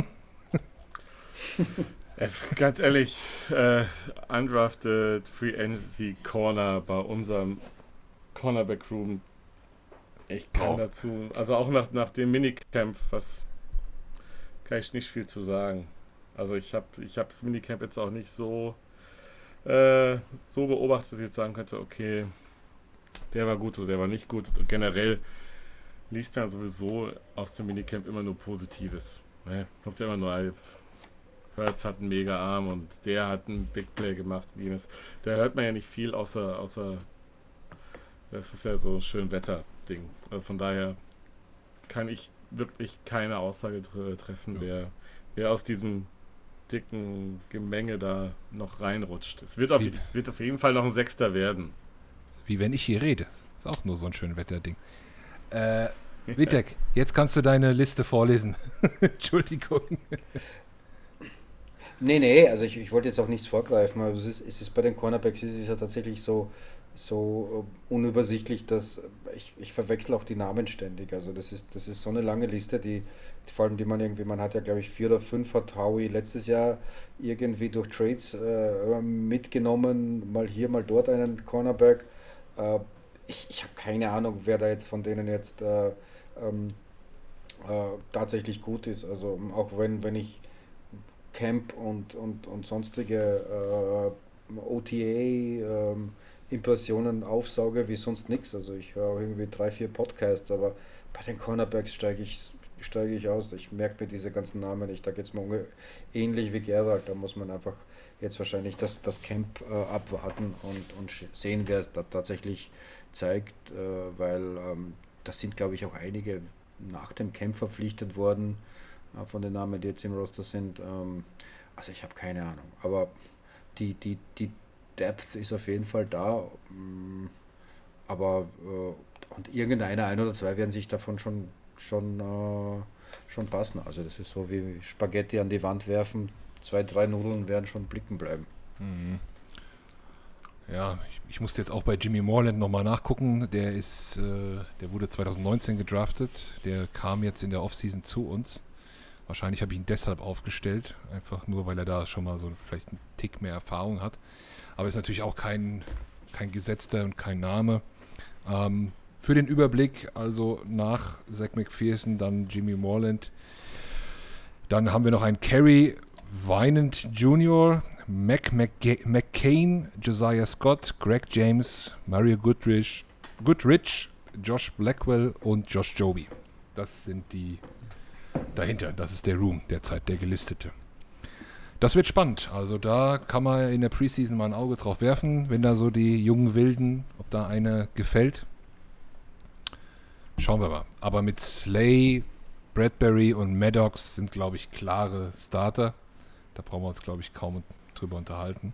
Ganz ehrlich, undrafted Free Agency Corner bei unserem Cornerback Room. Ich kann dazu, also auch nach dem Minicamp, kann ich nicht viel zu sagen. Also ich hab das Minicamp jetzt auch nicht so beobachtet, dass ich jetzt sagen könnte, okay, der war gut oder der war nicht gut. Und generell liest man sowieso aus dem Minicamp immer nur Positives. Ne? Kommt ja immer nur, Hurts hat einen mega Arm und der hat einen Big Play gemacht. Da hört man ja nicht viel, außer das ist ja so ein schön Wetter-Ding. Also von daher kann ich wirklich keine Aussage treffen, wer aus diesem dicken Gemenge da noch reinrutscht. Es wird auf jeden Fall noch ein Sechster werden. Wie wenn ich hier rede. Ist auch nur so ein schön Wetterding. Vitek, jetzt kannst du deine Liste vorlesen. Entschuldigung. Nee, also ich wollte jetzt auch nichts vorgreifen, aber es ist bei den Cornerbacks ist es ja tatsächlich so unübersichtlich, dass ich verwechsel auch die Namen ständig. Also das ist so eine lange Liste, vor allem man hat ja glaube ich 4 oder 5 hat Howie letztes Jahr irgendwie durch Trades mitgenommen, mal hier, mal dort einen Cornerback. Ich habe keine Ahnung, wer da jetzt von denen jetzt tatsächlich gut ist. Also auch wenn ich Camp und sonstige OTA Impressionen aufsauge wie sonst nichts. Also ich höre auch irgendwie 3, 4 Podcasts, aber bei den Cornerbacks steige ich aus. Ich merke mir diese ganzen Namen nicht. Da geht es mir ähnlich wie Gerald. Da muss man einfach jetzt wahrscheinlich das Camp abwarten und sehen, wer es da tatsächlich zeigt, weil da sind, glaube ich, auch einige nach dem Camp verpflichtet worden, von den Namen, die jetzt im Roster sind. Also ich habe keine Ahnung. Aber die Depth ist auf jeden Fall da. Aber und ein oder zwei werden sich davon schon passen. Also das ist so wie Spaghetti an die Wand werfen. 2, 3 Nudeln werden schon blicken bleiben. Mhm. Ja, ich musste jetzt auch bei Jimmy Moreland nochmal nachgucken. Der wurde 2019 gedraftet. Der kam jetzt in der Offseason zu uns. Wahrscheinlich habe ich ihn deshalb aufgestellt, einfach nur, weil er da schon mal so vielleicht einen Tick mehr Erfahrung hat. Aber ist natürlich auch kein gesetzter und kein Name. Für den Überblick, also nach Zach McPherson, dann Jimmy Moreland. Dann haben wir noch einen Kerry Wynant Jr., McCain, Josiah Scott, Greg James, Mario Goodrich, Josh Blackwell und Josh Joby. Das sind die dahinter. Das ist der Room derzeit, der gelistete. Das wird spannend. Also da kann man in der Preseason mal ein Auge drauf werfen, wenn da so die jungen Wilden, ob da einer gefällt. Schauen wir mal. Aber mit Slay, Bradbury und Maddox sind, glaube ich, klare Starter. Da brauchen wir uns, glaube ich, kaum drüber unterhalten.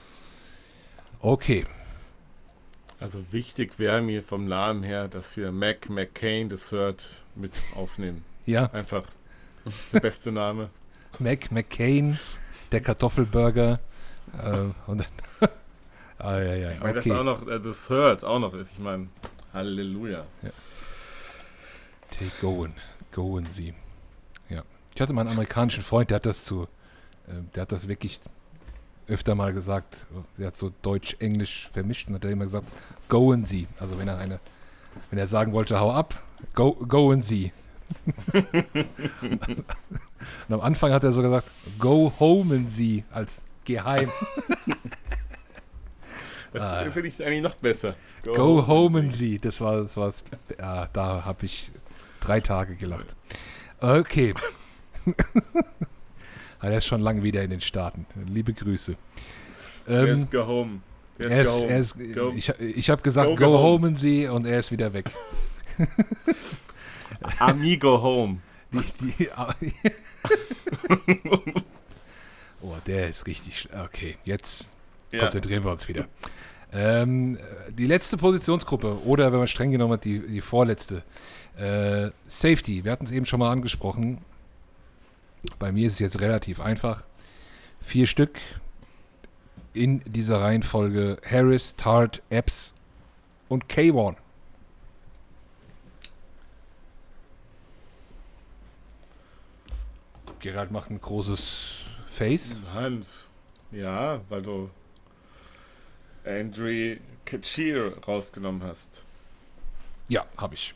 Okay. Also wichtig wäre mir vom Namen her, dass wir McCain III mit aufnehmen. Ja. Einfach. Das ist der beste Name. McCain, der Kartoffelburger. Und dann Ich meine, das auch noch, das Third auch noch ist. Ich meine, Halleluja. Ja. Take Goen sie. Ja. Ich hatte mal einen amerikanischen Freund, der hat das wirklich öfter mal gesagt, er hat so Deutsch-Englisch vermischt und hat er immer gesagt, goen Sie. Also wenn er sagen wollte, hau ab, goen Sie. Und am Anfang hat er so gesagt, go homen Sie als geheim. Das finde ich eigentlich noch besser. Go homen Sie. Das war ja, da habe ich 3 Tage gelacht. Okay. Er ist schon lange wieder in den Staaten. Liebe Grüße. Der ist go home. Ich habe gesagt, go homen Sie und er ist wieder weg. Amigo home. Oh, der ist richtig. Okay, jetzt konzentrieren wir uns wieder. Die letzte Positionsgruppe, oder wenn man streng genommen hat, die vorletzte. Safety, wir hatten es eben schon mal angesprochen. Bei mir ist es jetzt relativ einfach. 4 Stück in dieser Reihenfolge: Harris, Tart, Epps und K1. Gerald macht ein großes Face. Nein, ja, weil du Andre Kachir rausgenommen hast. Ja, habe ich.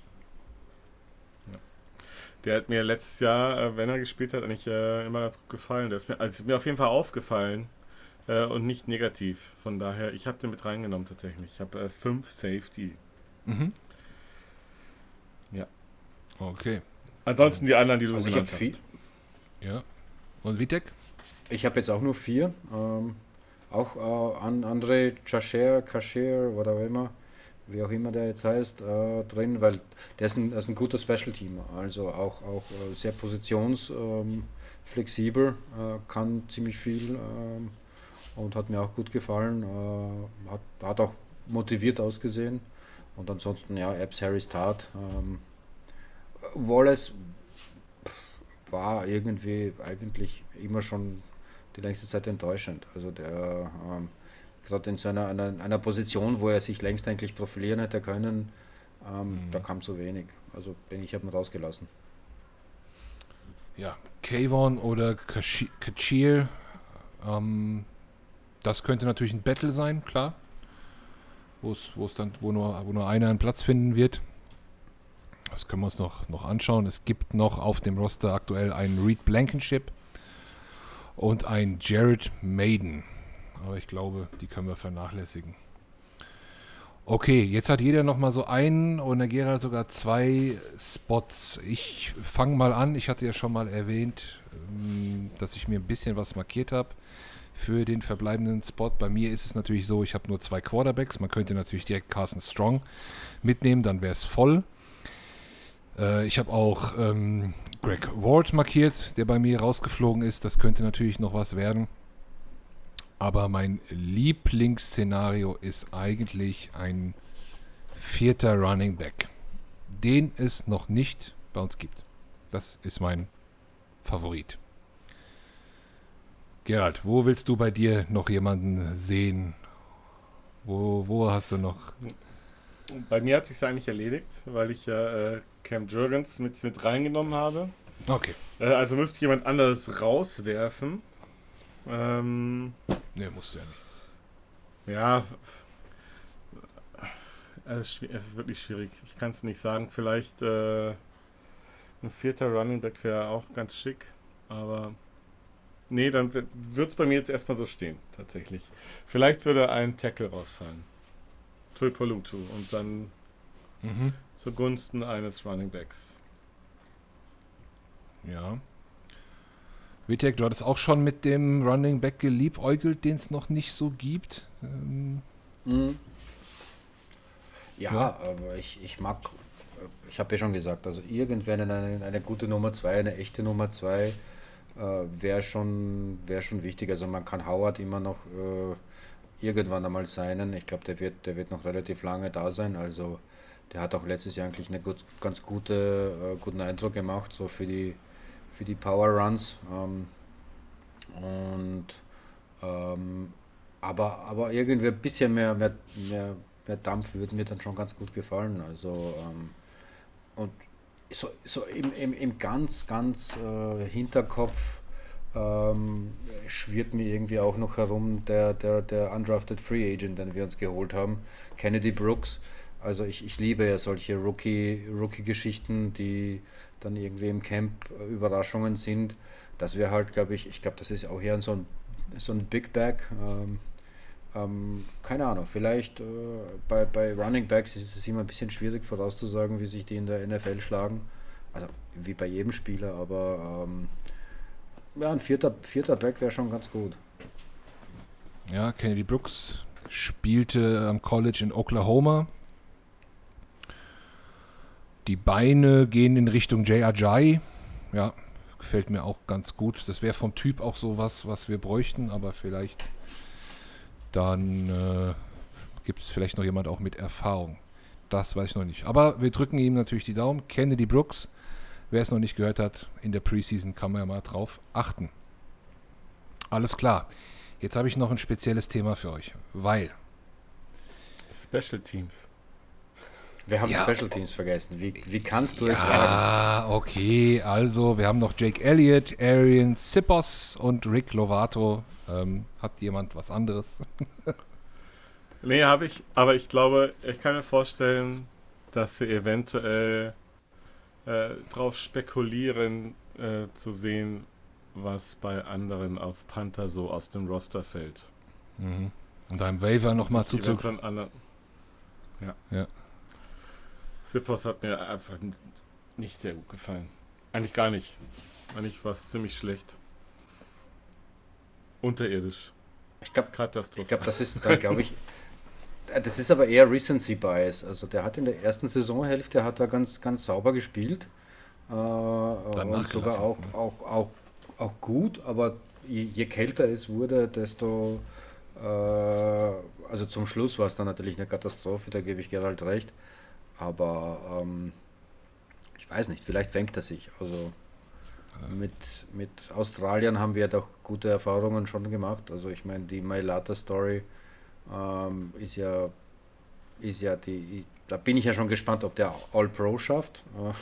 Der hat mir letztes Jahr, wenn er gespielt hat, eigentlich immer ganz gut gefallen. Der ist mir auf jeden Fall aufgefallen und nicht negativ. Von daher, ich habe den mit reingenommen tatsächlich. Ich habe 5 Safety. Mhm. Ja. Okay. Ansonsten die anderen, die du Also genannt ich habe hast. Ja. Und Vitek? Ich habe jetzt auch nur 4. Auch André Kasher oder wie auch immer der jetzt heißt, drin, weil der ist ein guter Special-Teamer. Also auch sehr positionsflexibel, kann ziemlich viel und hat mir auch gut gefallen. Hat auch motiviert ausgesehen. Und ansonsten, ja, Epps, Harris, Tart. Wallace war irgendwie eigentlich immer schon die längste Zeit enttäuschend. Also der gerade in einer Position, wo er sich längst eigentlich profilieren hätte können, da kam zu wenig. Also ich habe ihn rausgelassen. Ja, K1 oder Kachir. Das könnte natürlich ein Battle sein, klar. Wo nur einer einen Platz finden wird. Das können wir uns noch anschauen. Es gibt noch auf dem Roster aktuell einen Reed Blankenship und einen Jared Maiden. Aber ich glaube, die können wir vernachlässigen. Okay, jetzt hat jeder noch mal so einen und der Gerald sogar 2 Spots. Ich fange mal an. Ich hatte ja schon mal erwähnt, dass ich mir ein bisschen was markiert habe für den verbleibenden Spot. Bei mir ist es natürlich so, ich habe nur 2 Quarterbacks. Man könnte natürlich direkt Carson Strong mitnehmen, dann wäre es voll. Ich habe auch Greg Ward markiert, der bei mir rausgeflogen ist. Das könnte natürlich noch was werden. Aber mein Lieblingsszenario ist eigentlich ein 4. Running Back, den es noch nicht bei uns gibt. Das ist mein Favorit. Gerald, wo willst du bei dir noch jemanden sehen? Wo hast du noch... Bei mir hat sich eigentlich erledigt, weil ich ja Cam Jurgens mit reingenommen habe. Okay. Also müsste jemand anderes rauswerfen. Ne, musst du ja nicht. Ja, es ist wirklich schwierig. Ich kann es nicht sagen. Vielleicht ein 4. Running Back wäre auch ganz schick. Aber nee, dann wird es bei mir jetzt erstmal so stehen, tatsächlich. Vielleicht würde ein Tackle rausfallen. Tuipulotu und dann zugunsten eines Running Backs. Ja. Vitek, du hattest auch schon mit dem Running Back geliebäugelt, den es noch nicht so gibt. Ja, aber ich mag, ich habe ja schon gesagt, also irgendwann eine gute Nummer 2, eine echte Nummer 2 wäre schon wichtig. Also man kann Howard immer noch irgendwann einmal signen. Ich glaube, der wird noch relativ lange da sein. Also der hat auch letztes Jahr eigentlich einen ganz guten Eindruck gemacht, so für die Power Runs. Aber irgendwie ein bisschen mehr Dampf würde mir dann schon ganz gut gefallen. Also und so im ganz Hinterkopf schwirrt mir irgendwie auch noch herum der Undrafted Free Agent, den wir uns geholt haben, Kennedy Brooks. Also ich liebe ja solche Rookie-Geschichten, die dann irgendwie im Camp Überraschungen sind. Das wäre halt, ich glaube, das ist auch eher so ein Big Bag. Keine Ahnung, vielleicht bei Running Backs ist es immer ein bisschen schwierig vorauszusagen, wie sich die in der NFL schlagen. Also wie bei jedem Spieler, aber ja, ein vierter Back wäre schon ganz gut. Ja, Kennedy Brooks spielte am College in Oklahoma. Die Beine gehen in Richtung Jay Ajayi. Ja, gefällt mir auch ganz gut. Das wäre vom Typ auch sowas, was wir bräuchten, aber vielleicht dann gibt es vielleicht noch jemand auch mit Erfahrung. Das weiß ich noch nicht. Aber wir drücken ihm natürlich die Daumen. Kennedy Brooks, wer es noch nicht gehört hat, in der Preseason kann man ja mal drauf achten. Alles klar. Jetzt habe ich noch ein spezielles Thema für euch, weil Special Teams. Wir haben Ja. Special Teams vergessen. Wie kannst du es wagen? ja, okay, also wir haben noch Jake Elliott, Arian Sippos und Rick Lovato. Hat jemand was anderes? Nee, habe ich, aber ich glaube, ich kann mir vorstellen, dass wir eventuell drauf spekulieren, zu sehen, was bei anderen auf Panther so aus dem Roster fällt. Mhm. Und einem Waiver nochmal Sich zuzu. eventuell Ja. Sippos hat mir einfach nicht sehr gut gefallen. Eigentlich gar nicht. Eigentlich war es ziemlich schlecht. Unterirdisch. Ich glaube, Katastrophe. das ist dann, das ist aber eher Recency Bias. Also der hat in der ersten Saisonhälfte hat er ganz sauber gespielt. Und sogar auch gut, aber je kälter es wurde, desto also zum Schluss war es dann natürlich eine Katastrophe, da gebe ich Gerald recht. Aber ich weiß nicht, vielleicht fängt er sich. Also mit Australien haben wir doch gute Erfahrungen schon gemacht. Also ich meine, die Mailata-Story ist ja da bin ich ja schon gespannt, ob der All-Pro schafft.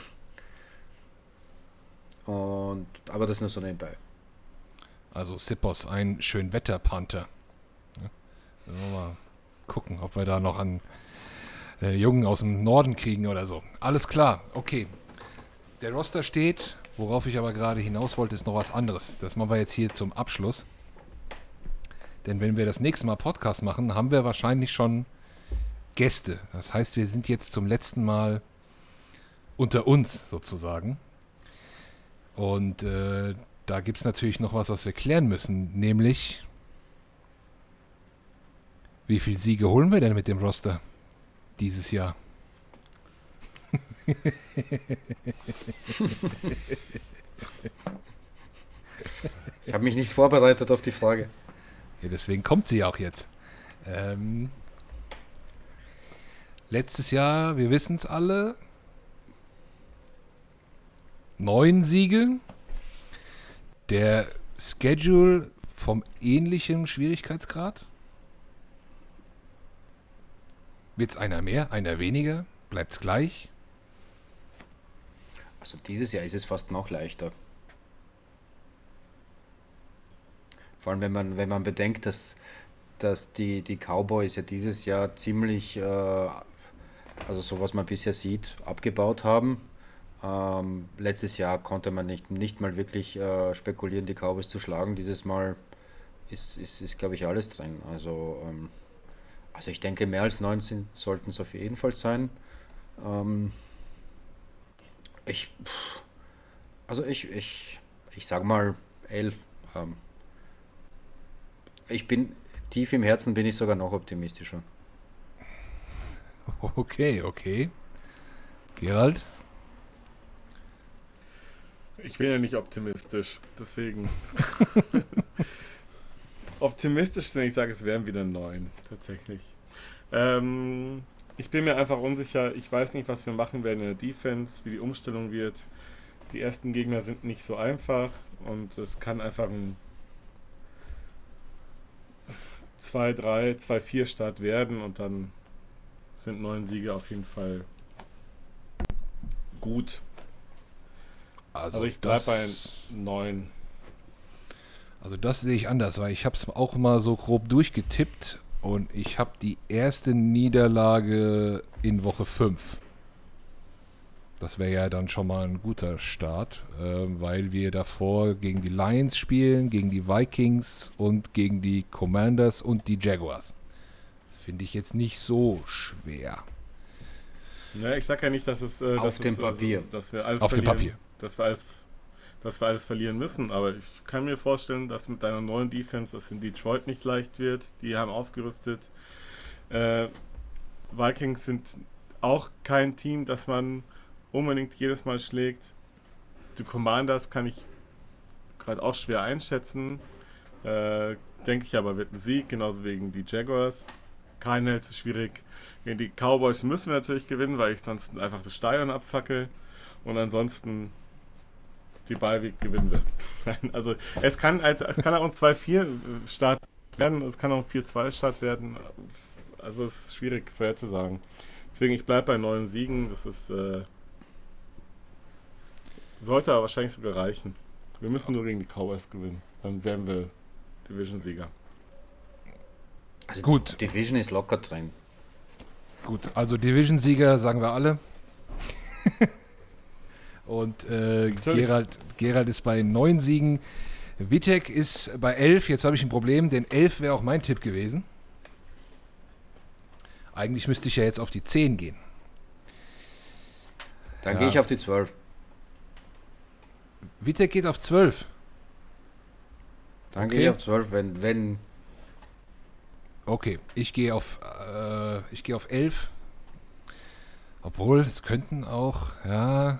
Aber das nur so nebenbei. Also Sippos, ein Schönwetter-Panther. Ja. Wollen wir mal gucken, ob wir da noch einen Jungen aus dem Norden kriegen oder so. Alles klar, okay. Der Roster steht, worauf ich aber gerade hinaus wollte, ist noch was anderes. Das machen wir jetzt hier zum Abschluss. Denn wenn wir das nächste Mal Podcast machen, haben wir wahrscheinlich schon Gäste. Das heißt, wir sind jetzt zum letzten Mal unter uns sozusagen. Und da gibt es natürlich noch was wir klären müssen. Nämlich, wie viele Siege holen wir denn mit dem Roster dieses Jahr? Ich habe mich nicht vorbereitet auf die Frage. Ja, deswegen kommt sie auch jetzt. Letztes Jahr, wir wissen es alle, 9 Siege. Der Schedule vom ähnlichen Schwierigkeitsgrad. Wird es einer mehr, einer weniger? Bleibt es gleich? Also dieses Jahr ist es fast noch leichter. Vor allem, wenn man bedenkt, dass die Cowboys ja dieses Jahr ziemlich, also so was man bisher sieht, abgebaut haben. Letztes Jahr konnte man nicht mal wirklich spekulieren, die Cowboys zu schlagen. Dieses Mal ist glaube ich, alles drin. Also ich denke, mehr als 9 sollten es auf jeden Fall sein. Ich sag mal 11. Ich bin tief im Herzen bin ich sogar noch optimistischer. Okay. Gerald? Ich bin ja nicht optimistisch, deswegen. Optimistisch, wenn ich sage, es wären wieder 9, tatsächlich. Ich bin mir einfach unsicher. Ich weiß nicht, was wir machen werden in der Defense, wie die Umstellung wird. Die ersten Gegner sind nicht so einfach und es kann einfach ein 2-3, 2-4 Start werden und dann sind 9 Siege auf jeden Fall gut. Also ich bleibe bei 9. Also das sehe ich anders, weil ich habe es auch mal so grob durchgetippt und ich habe die erste Niederlage in Woche 5. Das wäre ja dann schon mal ein guter Start, weil wir davor gegen die Lions spielen, gegen die Vikings und gegen die Commanders und die Jaguars. Das finde ich jetzt nicht so schwer. Ja, ich sag ja nicht, dass es Auf dem Papier. dass wir alles Auf dem verlieren, Papier. dass wir alles verlieren müssen. Aber ich kann mir vorstellen, dass mit deiner neuen Defense das in Detroit nicht leicht wird. Die haben aufgerüstet. Vikings sind auch kein Team, das man unbedingt jedes Mal schlägt. Die Commanders kann ich gerade auch schwer einschätzen. Denke ich aber, wird ein Sieg, genauso wegen die Jaguars. Cardinals ist schwierig. Gegen die Cowboys müssen wir natürlich gewinnen, weil ich sonst einfach das Stadion abfackel. Und ansonsten die Bye-Week gewinnen wir. Also es kann auch ein 2-4 Start werden, es kann auch ein 4-2 Start werden. Also es ist schwierig vorherzusagen. Deswegen, ich bleibe bei 9 Siegen. Das ist sollte aber wahrscheinlich sogar reichen. Wir müssen nur gegen die Cowboys gewinnen. Dann werden wir Division-Sieger. Also Gut. Die Division ist locker drin. Gut, also Division-Sieger sagen wir alle. Und Gerald ist bei 9 Siegen. Vitek ist bei 11. Jetzt habe ich ein Problem, denn 11 wäre auch mein Tipp gewesen. Eigentlich müsste ich ja jetzt auf die 10 gehen. Dann gehe ich auf die 12. Vitek geht auf 12. Dann Okay. gehe ich auf 12, wenn Okay, ich gehe auf 11. Obwohl, es könnten auch, ja.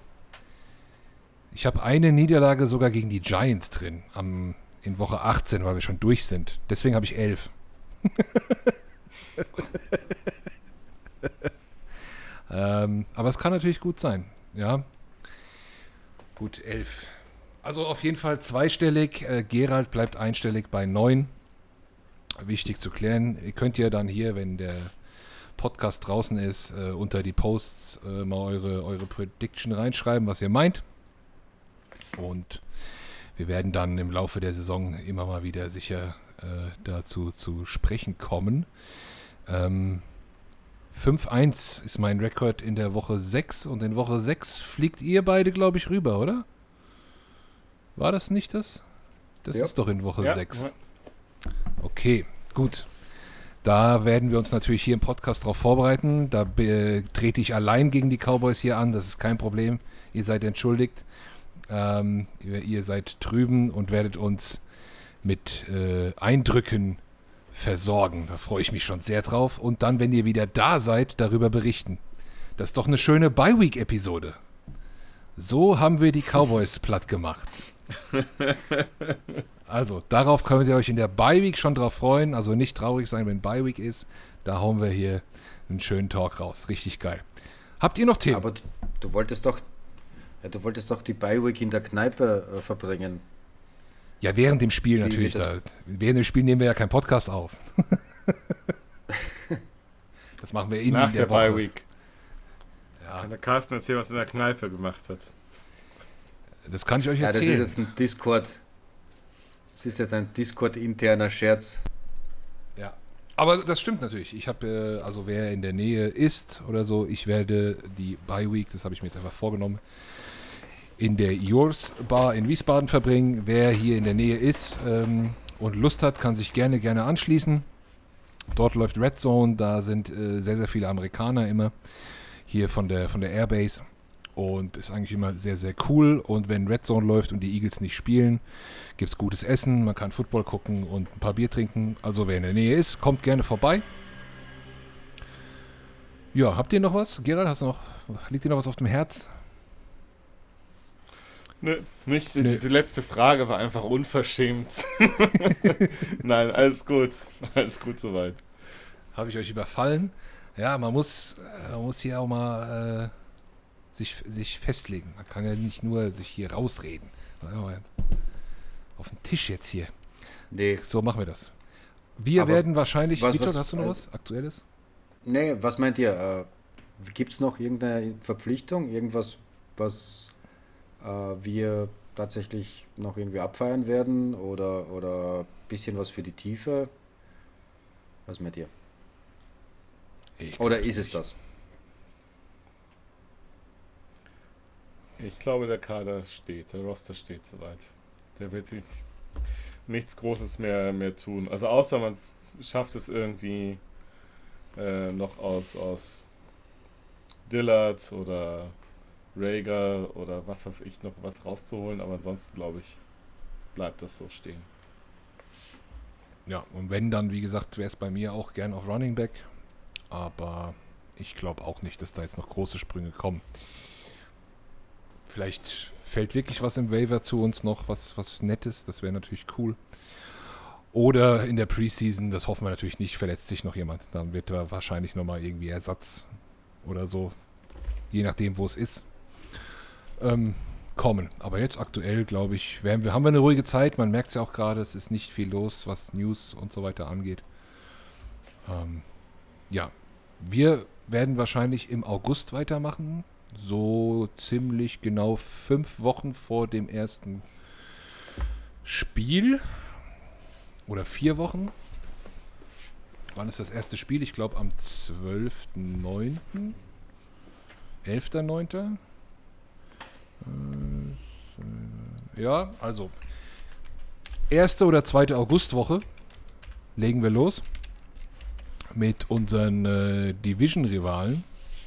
Ich habe eine Niederlage sogar gegen die Giants drin, in Woche 18, weil wir schon durch sind. Deswegen habe ich 11. Aber es kann natürlich gut sein, ja. Gut, 11. Also auf jeden Fall zweistellig. Gerald bleibt einstellig bei 9. Wichtig zu klären. Ihr könnt ja dann hier, wenn der Podcast draußen ist, unter die Posts mal eure Prediction reinschreiben, was ihr meint. Und wir werden dann im Laufe der Saison immer mal wieder sicher dazu zu sprechen kommen. 5-1 ist mein Rekord in der Woche 6 und in Woche 6 fliegt ihr beide, glaube ich, rüber, oder? War das nicht das? Das Ja. ist doch in Woche Ja. 6. Okay, gut. Da werden wir uns natürlich hier im Podcast drauf vorbereiten. Da trete ich allein gegen die Cowboys hier an. Das ist kein Problem. Ihr seid entschuldigt. Ihr seid drüben und werdet uns mit Eindrücken versorgen. Da freue ich mich schon sehr drauf. Und dann, wenn ihr wieder da seid, darüber berichten. Das ist doch eine schöne Bye-Week-Episode. So haben wir die Cowboys platt gemacht. Also, darauf könnt ihr euch in der Bye-Week schon drauf freuen. Also nicht traurig sein, wenn Bye-Week ist. Da hauen wir hier einen schönen Talk raus. Richtig geil. Habt ihr noch Themen? aber du wolltest doch die Bye-Week in der Kneipe verbringen. Ja, während dem Spiel Wie natürlich. wird Während dem Spiel nehmen wir ja keinen Podcast auf. Das machen wir in Nach der Woche. Bye-Week. Ja, Kann der Carsten erzählen, was er in der Kneipe gemacht hat? das kann ich euch Ja, das ist erzählen. jetzt ein Discord. Das ist jetzt ein Discord-interner Scherz. Ja. Aber das stimmt natürlich. Ich habe, also wer in der Nähe ist oder so, ich werde die Bye-Week, das habe ich mir jetzt einfach vorgenommen, in der Yours Bar in Wiesbaden verbringen. Wer hier in der Nähe ist und Lust hat, kann sich gerne anschließen. Dort läuft Red Zone, da sind sehr, sehr viele Amerikaner immer hier von der Airbase und ist eigentlich immer sehr, sehr cool. Und wenn Red Zone läuft und die Eagles nicht spielen, gibt es gutes Essen, man kann Football gucken und ein paar Bier trinken. Also wer in der Nähe ist, kommt gerne vorbei. Ja, habt ihr noch was? Gerald, liegt dir noch was auf dem Herz? Nö, nicht. Nö. Die letzte Frage war einfach unverschämt. Nein, alles gut. Alles gut soweit. Habe ich euch überfallen? Ja, man muss hier auch mal sich festlegen. Man kann ja nicht nur sich hier rausreden. Auf den Tisch jetzt hier. Nee, So machen wir das. Wir Aber werden wahrscheinlich... was- Victor, was- hast du noch was Aktuelles? nee, was meint ihr? Gibt es noch irgendeine Verpflichtung? Irgendwas, was wir tatsächlich noch irgendwie abfeiern werden oder ein bisschen was für die Tiefe? Was mit dir? Ich Oder glaub's ist es nicht. das? Ich glaube, der Kader steht, der Roster steht soweit. Der wird sich nichts Großes mehr tun. Also außer man schafft es irgendwie noch aus Dillard oder Rager oder was weiß ich noch was rauszuholen, aber ansonsten glaube ich, bleibt das so stehen. Ja, und wenn dann, wie gesagt, wäre es bei mir auch gern auf Running Back. Aber ich glaube auch nicht, dass da jetzt noch große Sprünge kommen. Vielleicht fällt wirklich was im Waiver zu uns noch, was Nettes. Das wäre natürlich cool. Oder in der Preseason, das hoffen wir natürlich nicht, verletzt sich noch jemand. Dann wird da wahrscheinlich nochmal irgendwie Ersatz oder so, je nachdem, wo es ist, kommen. Aber jetzt aktuell, glaube ich, haben wir eine ruhige Zeit. Man merkt es ja auch gerade, es ist nicht viel los, was News und so weiter angeht. Ja, wir werden wahrscheinlich im August weitermachen. So ziemlich genau 5 Wochen vor dem ersten Spiel. Oder 4 Wochen. Wann ist das erste Spiel? Ich glaube am 12.09. 11.09. Ja, also 1. oder 2. Augustwoche legen wir los mit unseren Division-Rivalen.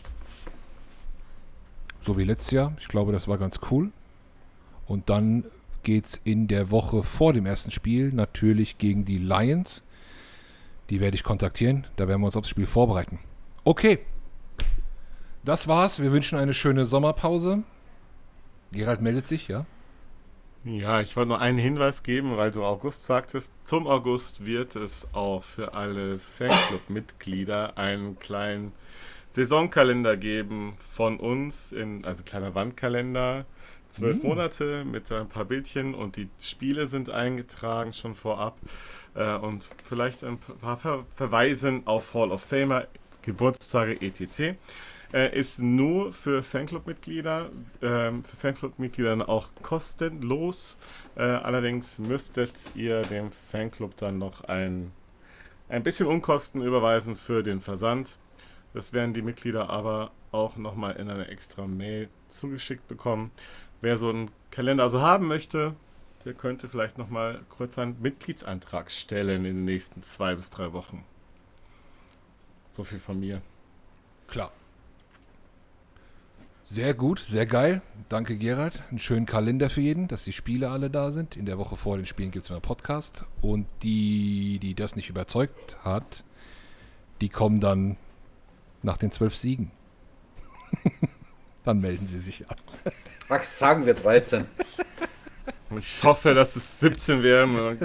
So wie letztes Jahr. Ich glaube, das war ganz cool. Und dann geht es in der Woche vor dem ersten Spiel natürlich gegen die Lions. Die werde ich kontaktieren. Da werden wir uns auf das Spiel vorbereiten. Okay. Das war's. Wir wünschen eine schöne Sommerpause. Gerald meldet sich, ja? Ja, ich wollte nur einen Hinweis geben, weil du August sagtest. Zum August wird es auch für alle Fanclub-Mitglieder einen kleinen Saisonkalender geben von uns, also kleiner Wandkalender, 12 Monate mit ein paar Bildchen und die Spiele sind eingetragen schon vorab und vielleicht ein paar Verweisen auf Hall of Famer, Geburtstage etc. Ist nur für Fanclub-Mitglieder, dann auch kostenlos. Allerdings müsstet ihr dem Fanclub dann noch ein bisschen Unkosten überweisen für den Versand. Das werden die Mitglieder aber auch nochmal in einer extra Mail zugeschickt bekommen. Wer so einen Kalender also haben möchte, der könnte vielleicht nochmal kurz einen Mitgliedsantrag stellen in den nächsten 2 bis 3 Wochen. So viel von mir. Klar. Sehr gut, sehr geil. Danke, Gerald. Einen schönen Kalender für jeden, dass die Spiele alle da sind. In der Woche vor den Spielen gibt es immer einen Podcast. Und die das nicht überzeugt hat, die kommen dann nach den 12 Siegen. Dann melden sie sich an. Ach, sagen wir 13. Ich hoffe, dass es 17 wären.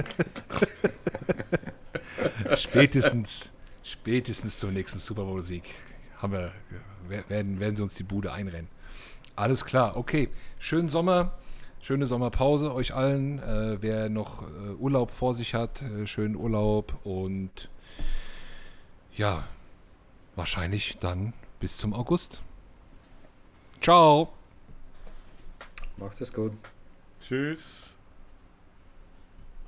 Spätestens zum nächsten Super Bowl-Sieg werden sie uns die Bude einrennen. Alles klar, okay. Schönen Sommer, schöne Sommerpause euch allen. Wer noch Urlaub vor sich hat, schönen Urlaub und ja, wahrscheinlich dann bis zum August. Ciao. Macht es gut. Tschüss.